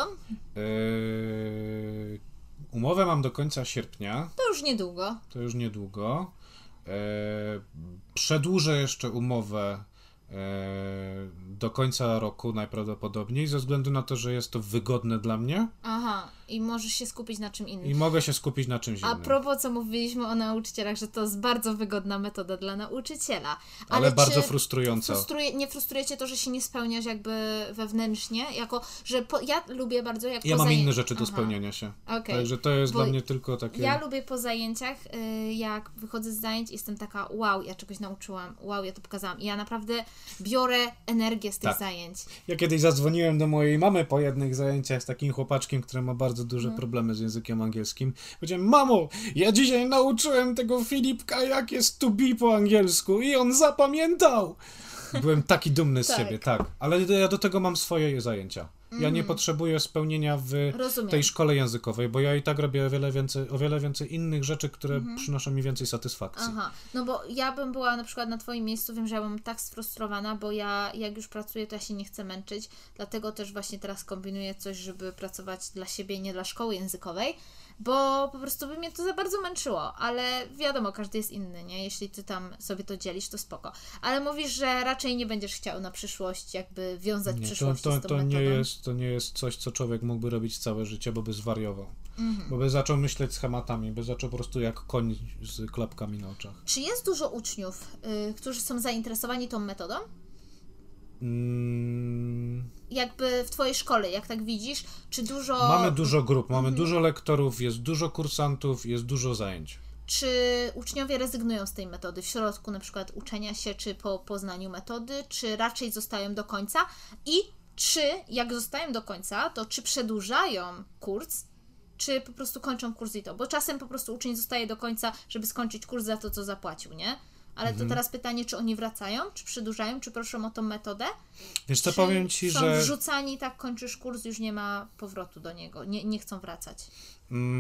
Umowę mam do końca sierpnia. To już niedługo. Przedłużę jeszcze umowę do końca roku najprawdopodobniej, ze względu na to, że jest to wygodne dla mnie. Aha, i możesz się skupić na czym innym. I mogę się skupić na czymś innym. A propos, co mówiliśmy o nauczycielach, że to jest bardzo wygodna metoda dla nauczyciela. Ale bardzo frustrująca. Nie frustruje cię to, że się nie spełniasz jakby wewnętrznie? Ja lubię bardzo jak ja mam inne rzeczy do spełniania się. Okay. Także to jest dla mnie tylko takie... Ja lubię po zajęciach, jak wychodzę z zajęć, jestem taka, wow, ja czegoś nauczyłam, wow, ja to pokazałam. I ja naprawdę biorę energię z tych zajęć. Ja kiedyś zadzwoniłem do mojej mamy po jednych zajęciach z takim chłopaczkiem, który ma bardzo duże problemy z językiem angielskim. Powiedziałem, mamo, ja dzisiaj nauczyłem tego Filipka, jak jest to be po angielsku i on zapamiętał. Byłem taki dumny z siebie, tak. Ale ja do tego mam swoje zajęcia. Ja nie potrzebuję spełnienia w tej szkole językowej, bo ja i tak robię o wiele więcej innych rzeczy, które przynoszą mi więcej satysfakcji. Aha, no bo ja bym była na przykład na twoim miejscu, wiem, że ja bym tak sfrustrowana, bo ja jak już pracuję, to ja się nie chcę męczyć, dlatego też właśnie teraz kombinuję coś, żeby pracować dla siebie, nie dla szkoły językowej, bo po prostu by mnie to za bardzo męczyło, ale wiadomo, każdy jest inny, nie? Jeśli ty tam sobie to dzielisz, to spoko. Ale mówisz, że raczej nie będziesz chciał na przyszłość jakby wiązać przyszłości z tą metodą. To nie jest coś, co człowiek mógłby robić całe życie, bo by zwariował. Bo by zaczął myśleć schematami, by zaczął po prostu jak koń z klapkami na oczach. Czy jest dużo uczniów, którzy są zainteresowani tą metodą? Jakby w twojej szkole, jak tak widzisz, czy dużo... Mamy dużo grup, mamy dużo lektorów, jest dużo kursantów, jest dużo zajęć. Czy uczniowie rezygnują z tej metody w środku na przykład uczenia się, czy po poznaniu metody, czy raczej zostają do końca? I czy jak zostają do końca, to czy przedłużają kurs, czy po prostu kończą kurs i to? Bo czasem po prostu uczeń zostaje do końca, żeby skończyć kurs za to, co zapłacił, nie? Ale to teraz pytanie, czy oni wracają, czy przedłużają, czy proszą o tą metodę? Wiesz co, powiem ci, są że... wrzucani, tak kończysz kurs, już nie ma powrotu do niego, nie chcą wracać.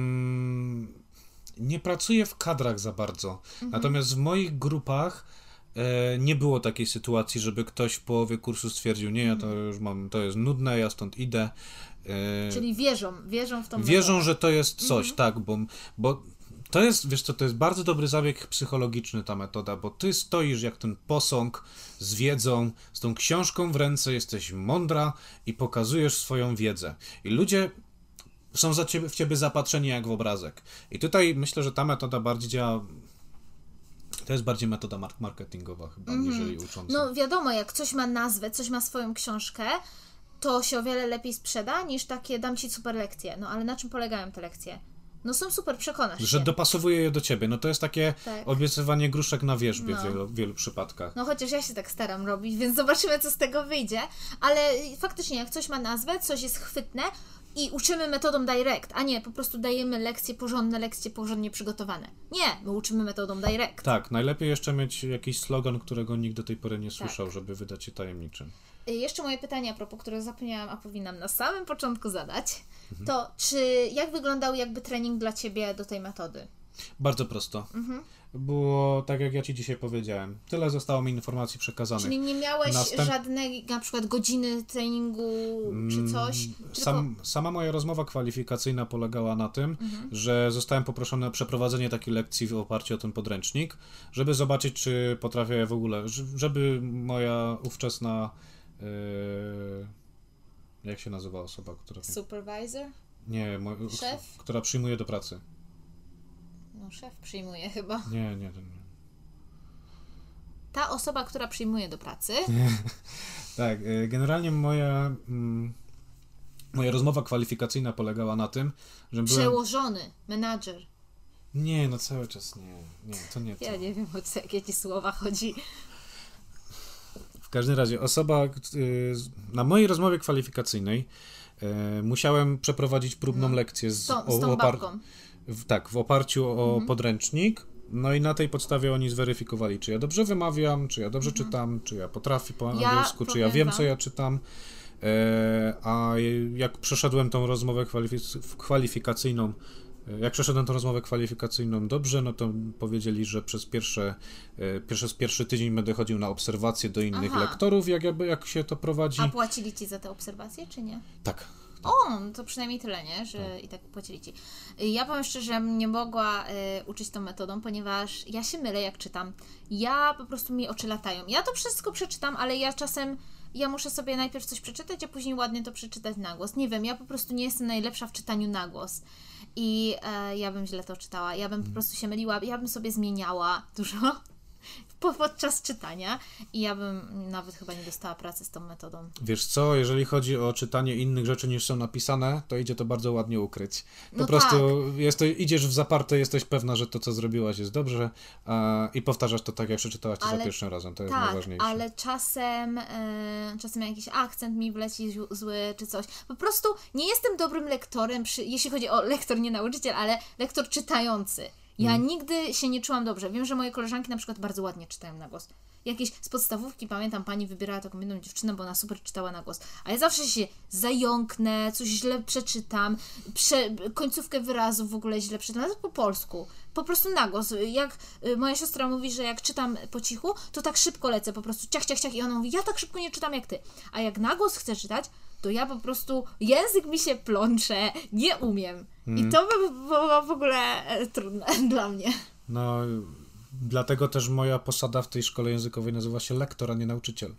Nie pracuję w kadrach za bardzo. Natomiast w moich grupach nie było takiej sytuacji, żeby ktoś w połowie kursu stwierdził, nie, ja to już mam, to jest nudne, ja stąd idę. Czyli wierzą w tą Wierzą, metodę. że to jest coś, tak, bo to jest, wiesz co, to jest bardzo dobry zabieg psychologiczny ta metoda, bo ty stoisz jak ten posąg z wiedzą, z tą książką w ręce, jesteś mądra i pokazujesz swoją wiedzę. I ludzie są w ciebie zapatrzeni jak w obrazek. I tutaj myślę, że ta metoda bardziej działa. To jest bardziej metoda marketingowa chyba, niżeli ucząca. No wiadomo, jak coś ma nazwę, coś ma swoją książkę, to się o wiele lepiej sprzeda niż takie dam ci super lekcje. No ale na czym polegają te lekcje? No są super, przekonasz się. Że dopasowuje je do ciebie. No to jest takie obiecywanie gruszek na wierzbie w wielu przypadkach. No chociaż ja się tak staram robić, więc zobaczymy, co z tego wyjdzie. Ale faktycznie, jak coś ma nazwę, coś jest chwytne i uczymy metodą direct, a nie po prostu dajemy lekcje, porządnie przygotowane. Nie, my uczymy metodą direct. Tak, najlepiej jeszcze mieć jakiś slogan, którego nikt do tej pory nie słyszał, żeby wydać się tajemniczym. Jeszcze moje pytanie a propos, które zapomniałam, a powinnam na samym początku zadać, to jak wyglądał jakby trening dla Ciebie do tej metody? Bardzo prosto. Było tak, jak ja Ci dzisiaj powiedziałem. Tyle zostało mi informacji przekazanych. Czyli nie miałeś żadnej na przykład godziny treningu czy coś? Sama moja rozmowa kwalifikacyjna polegała na tym, że zostałem poproszony o przeprowadzenie takiej lekcji w oparciu o ten podręcznik, żeby zobaczyć, czy potrafię w ogóle, żeby moja ówczesna jak się nazywa osoba, która... Supervisor? Nie, szef? Która przyjmuje do pracy. No szef przyjmuje chyba. Nie. Ta osoba, która przyjmuje do pracy. Tak, generalnie moja rozmowa kwalifikacyjna polegała na tym, że byłem... Przełożony, menadżer. Nie, no cały czas nie, to nie to. Ja nie wiem, o co, jakie ci słowa chodzi. W każdym razie osoba, na mojej rozmowie kwalifikacyjnej musiałem przeprowadzić próbną lekcję z tą babką. W oparciu o podręcznik. No i na tej podstawie oni zweryfikowali, czy ja dobrze wymawiam, czy ja dobrze czytam, czy ja potrafię po angielsku, czy ja wiem, co ja czytam. A jak przeszedłem tą rozmowę kwalifikacyjną, dobrze, no to powiedzieli, że przez pierwszy tydzień będę chodził na obserwacje do innych lektorów, jak się to prowadzi. A płacili ci za te obserwacje, czy nie? Tak. O, no to przynajmniej tyle, nie? Że i tak płacili ci. Ja powiem szczerze, że nie mogła uczyć tą metodą, ponieważ ja się mylę, jak czytam. Ja po prostu mi oczy latają. Ja to wszystko przeczytam, ale ja muszę sobie najpierw coś przeczytać, a później ładnie to przeczytać na głos. Nie wiem, ja po prostu nie jestem najlepsza w czytaniu na głos. I ja bym źle to czytała. Ja bym po prostu się myliła, ja bym sobie zmieniała dużo podczas czytania i ja bym nawet chyba nie dostała pracy z tą metodą. Wiesz co, jeżeli chodzi o czytanie innych rzeczy niż są napisane, to idzie to bardzo ładnie ukryć. Po prostu idziesz w zaparte, jesteś pewna, że to, co zrobiłaś, jest dobrze i powtarzasz to tak, jak przeczytałaś to za pierwszym razem. To jest najważniejsze. Ale czasem jakiś akcent mi wleci zły, czy coś. Po prostu nie jestem dobrym lektorem, jeśli chodzi o lektor, nie nauczyciel, ale lektor czytający. Ja nigdy się nie czułam dobrze. Wiem, że moje koleżanki na przykład bardzo ładnie czytają na głos. Jakieś z podstawówki, pamiętam, pani wybierała taką jedną dziewczynę, bo ona super czytała na głos. A ja zawsze się zająknę, coś źle przeczytam, końcówkę wyrazów w ogóle źle przeczytam, nawet po polsku. Po prostu na głos. Jak moja siostra mówi, że jak czytam po cichu, to tak szybko lecę, po prostu ciach i ona mówi, ja tak szybko nie czytam jak ty. A jak na głos chcę czytać, to ja po prostu, język mi się plącze, nie umiem. I to by było w ogóle trudne dla mnie. No, dlatego też moja posada w tej szkole językowej nazywa się lektor, a nie nauczyciel.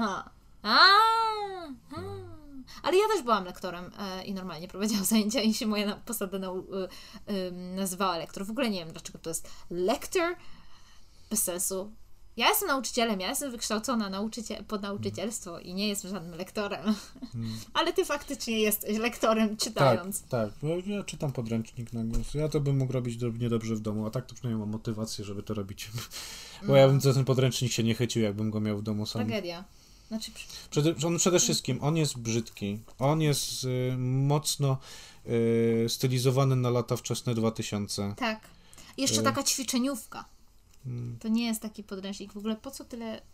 Ale ja też byłam lektorem i normalnie prowadziłam zajęcia i się moja posada nazywała lektor. W ogóle nie wiem, dlaczego to jest lektor. Bez sensu. Ja jestem nauczycielem, ja jestem wykształcona pod nauczycielstwo i nie jestem żadnym lektorem. Ale ty faktycznie jesteś lektorem czytając. Tak. Ja czytam podręcznik na głos. Ja to bym mógł robić niedobrze w domu, a tak to przynajmniej mam motywację, żeby to robić. Bo ja bym za ten podręcznik się nie chycił, jakbym go miał w domu sam. Tragedia. Znaczy... Przede wszystkim on jest brzydki. On jest mocno stylizowany na lata wczesne 2000. Tak. Jeszcze taka ćwiczeniówka. To nie jest taki podręcznik. W ogóle po co tyle...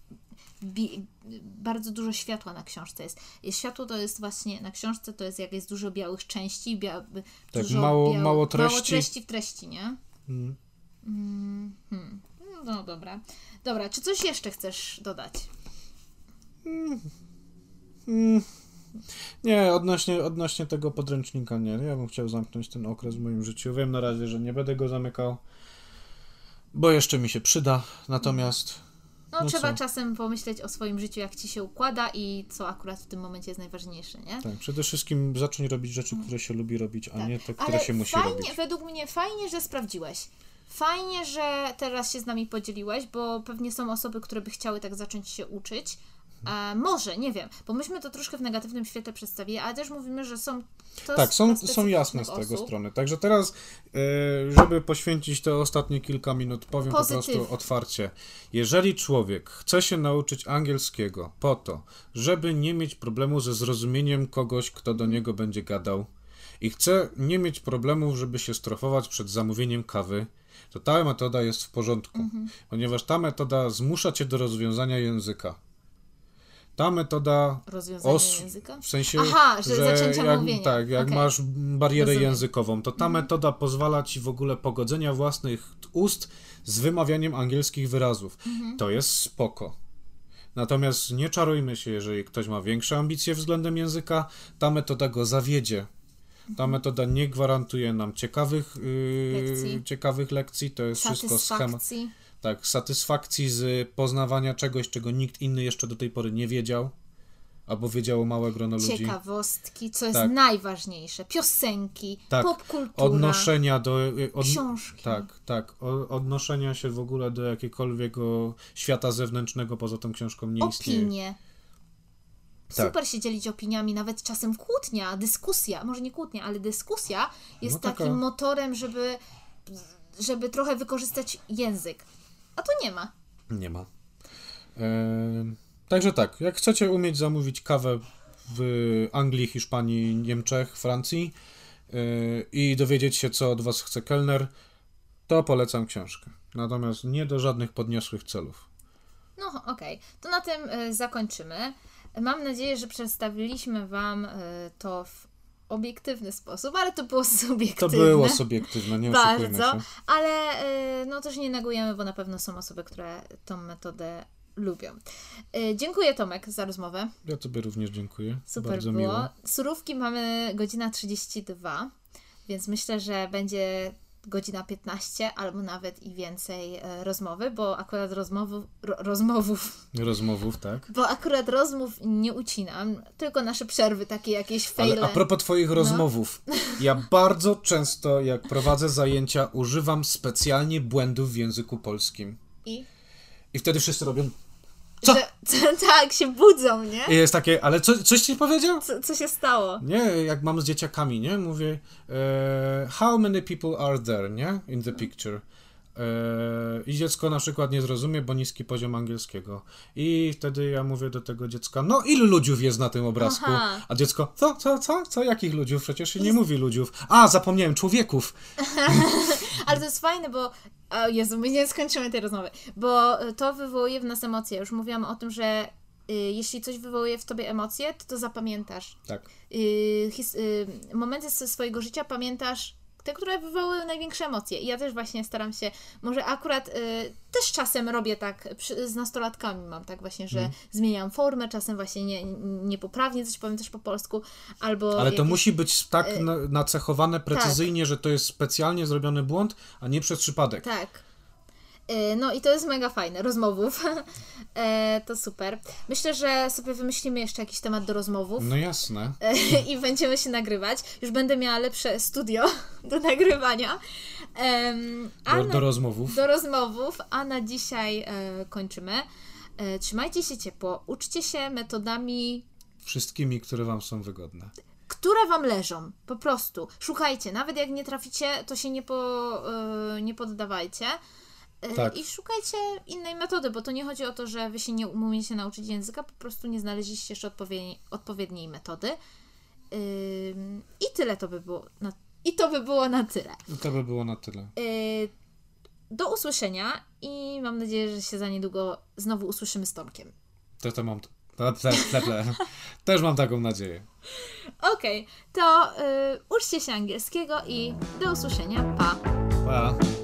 bardzo dużo światła na książce jest. Światło to jest właśnie na książce, to jest jak jest dużo białych części, mało treści. Mało treści w treści, nie? No dobra. Dobra, czy coś jeszcze chcesz dodać? Nie, odnośnie tego podręcznika nie. Ja bym chciał zamknąć ten okres w moim życiu. Wiem na razie, że nie będę go zamykał, bo jeszcze mi się przyda. Natomiast... No trzeba czasem pomyśleć o swoim życiu, jak ci się układa i co akurat w tym momencie jest najważniejsze, nie? Tak, przede wszystkim zacznij robić rzeczy, które się lubi robić, a nie te, które Ale się musi fajnie, robić. według mnie fajnie, że sprawdziłeś. Fajnie, że teraz się z nami podzieliłeś, bo pewnie są osoby, które by chciały tak zacząć się uczyć. Może, nie wiem, bo myśmy to troszkę w negatywnym świetle przedstawili, ale też mówimy, że są to tak, są jasne z tego strony. Także teraz, żeby poświęcić te ostatnie kilka minut, powiem po prostu otwarcie. Jeżeli człowiek chce się nauczyć angielskiego po to, żeby nie mieć problemu ze zrozumieniem kogoś, kto do niego będzie gadał i chce nie mieć problemów, żeby się strofować przed zamówieniem kawy, to ta metoda jest w porządku, ponieważ ta metoda zmusza cię do rozwiązania języka. Ta metoda... Rozwiązanie języka? W sensie, że zaczęcia mówienia. Tak, jak masz barierę językową, to ta metoda pozwala ci w ogóle pogodzenia własnych ust z wymawianiem angielskich wyrazów. To jest spoko. Natomiast nie czarujmy się, jeżeli ktoś ma większe ambicje względem języka, ta metoda go zawiedzie. Ta metoda nie gwarantuje nam ciekawych lekcji, to jest wszystko schemat. Tak, satysfakcji z poznawania czegoś, czego nikt inny jeszcze do tej pory nie wiedział, albo wiedziało małe grono ludzi. Ciekawostki, co jest najważniejsze. Piosenki, popkultura, odnoszenia do... książki. Tak. Odnoszenia się w ogóle do jakiegokolwiek świata zewnętrznego poza tą książką nie istnieje. Opinie. Super się dzielić opiniami, nawet czasem kłótnia, dyskusja, może nie kłótnia, ale dyskusja jest takim motorem, żeby trochę wykorzystać język. A tu nie ma. Nie ma. Także tak, jak chcecie umieć zamówić kawę w Anglii, Hiszpanii, Niemczech, Francji i dowiedzieć się, co od was chce kelner, to polecam książkę. Natomiast nie do żadnych podniosłych celów. No okej. To na tym zakończymy. Mam nadzieję, że przedstawiliśmy wam to w obiektywny sposób, ale to było subiektywne. To było subiektywne, nie oszukujmy się. Ale no też nie negujemy, bo na pewno są osoby, które tą metodę lubią. Dziękuję, Tomek, za rozmowę. Ja tobie również dziękuję. Super bardzo było. Miło. Surówki mamy godzina 32, więc myślę, że będzie godzina 15 albo nawet i więcej rozmowy, bo akurat rozmów, tak. Bo akurat rozmów nie ucinam, tylko nasze przerwy, takie jakieś fejle. Ale a propos twoich rozmowów, ja bardzo często, jak prowadzę zajęcia, używam specjalnie błędów w języku polskim. I wtedy wszyscy robią... Co? Tak, się budzą, nie? I jest takie, ale coś ci powiedział? Co się stało? Nie, jak mam z dzieciakami, nie? Mówię, how many people are there, nie? In the picture. I dziecko na przykład nie zrozumie, bo niski poziom angielskiego. I wtedy ja mówię do tego dziecka, no ilu ludziów jest na tym obrazku? Aha. A dziecko, co? Jakich ludziów? Przecież się nie mówi ludziów. A, zapomniałem, człowieków. Ale to jest fajne, bo Jezu, my nie skończymy tej rozmowy, bo to wywołuje w nas emocje. Już mówiłam o tym, że jeśli coś wywołuje w tobie emocje, to zapamiętasz. Tak. Momenty ze swojego życia pamiętasz, te, które wywołują największe emocje. I ja też właśnie staram się, może akurat też czasem robię tak, z nastolatkami mam tak właśnie, że zmieniam formę, czasem właśnie niepoprawnie coś powiem też po polsku, albo... Ale to musi być tak nacechowane precyzyjnie, że to jest specjalnie zrobiony błąd, a nie przez przypadek. Tak. No i to jest mega fajne, rozmowów. To super. Myślę, że sobie wymyślimy jeszcze jakiś temat do rozmowów. No jasne. I będziemy się nagrywać. Już będę miała lepsze studio do nagrywania. Do rozmowów. Do rozmowów, a na dzisiaj kończymy. Trzymajcie się ciepło, uczcie się metodami... Wszystkimi, które wam są wygodne. Które wam leżą, po prostu. Szukajcie, nawet jak nie traficie, to się nie poddawajcie. Tak. I szukajcie innej metody, bo to nie chodzi o to, że wy się nie umiecie nauczyć języka, po prostu nie znaleźliście jeszcze odpowiedniej metody. I tyle to by było. I to by było na tyle. Do usłyszenia i mam nadzieję, że się za niedługo znowu usłyszymy z Tomkiem. Też mam taką nadzieję. Okej, to uczcie się angielskiego i do usłyszenia. Pa! Pa!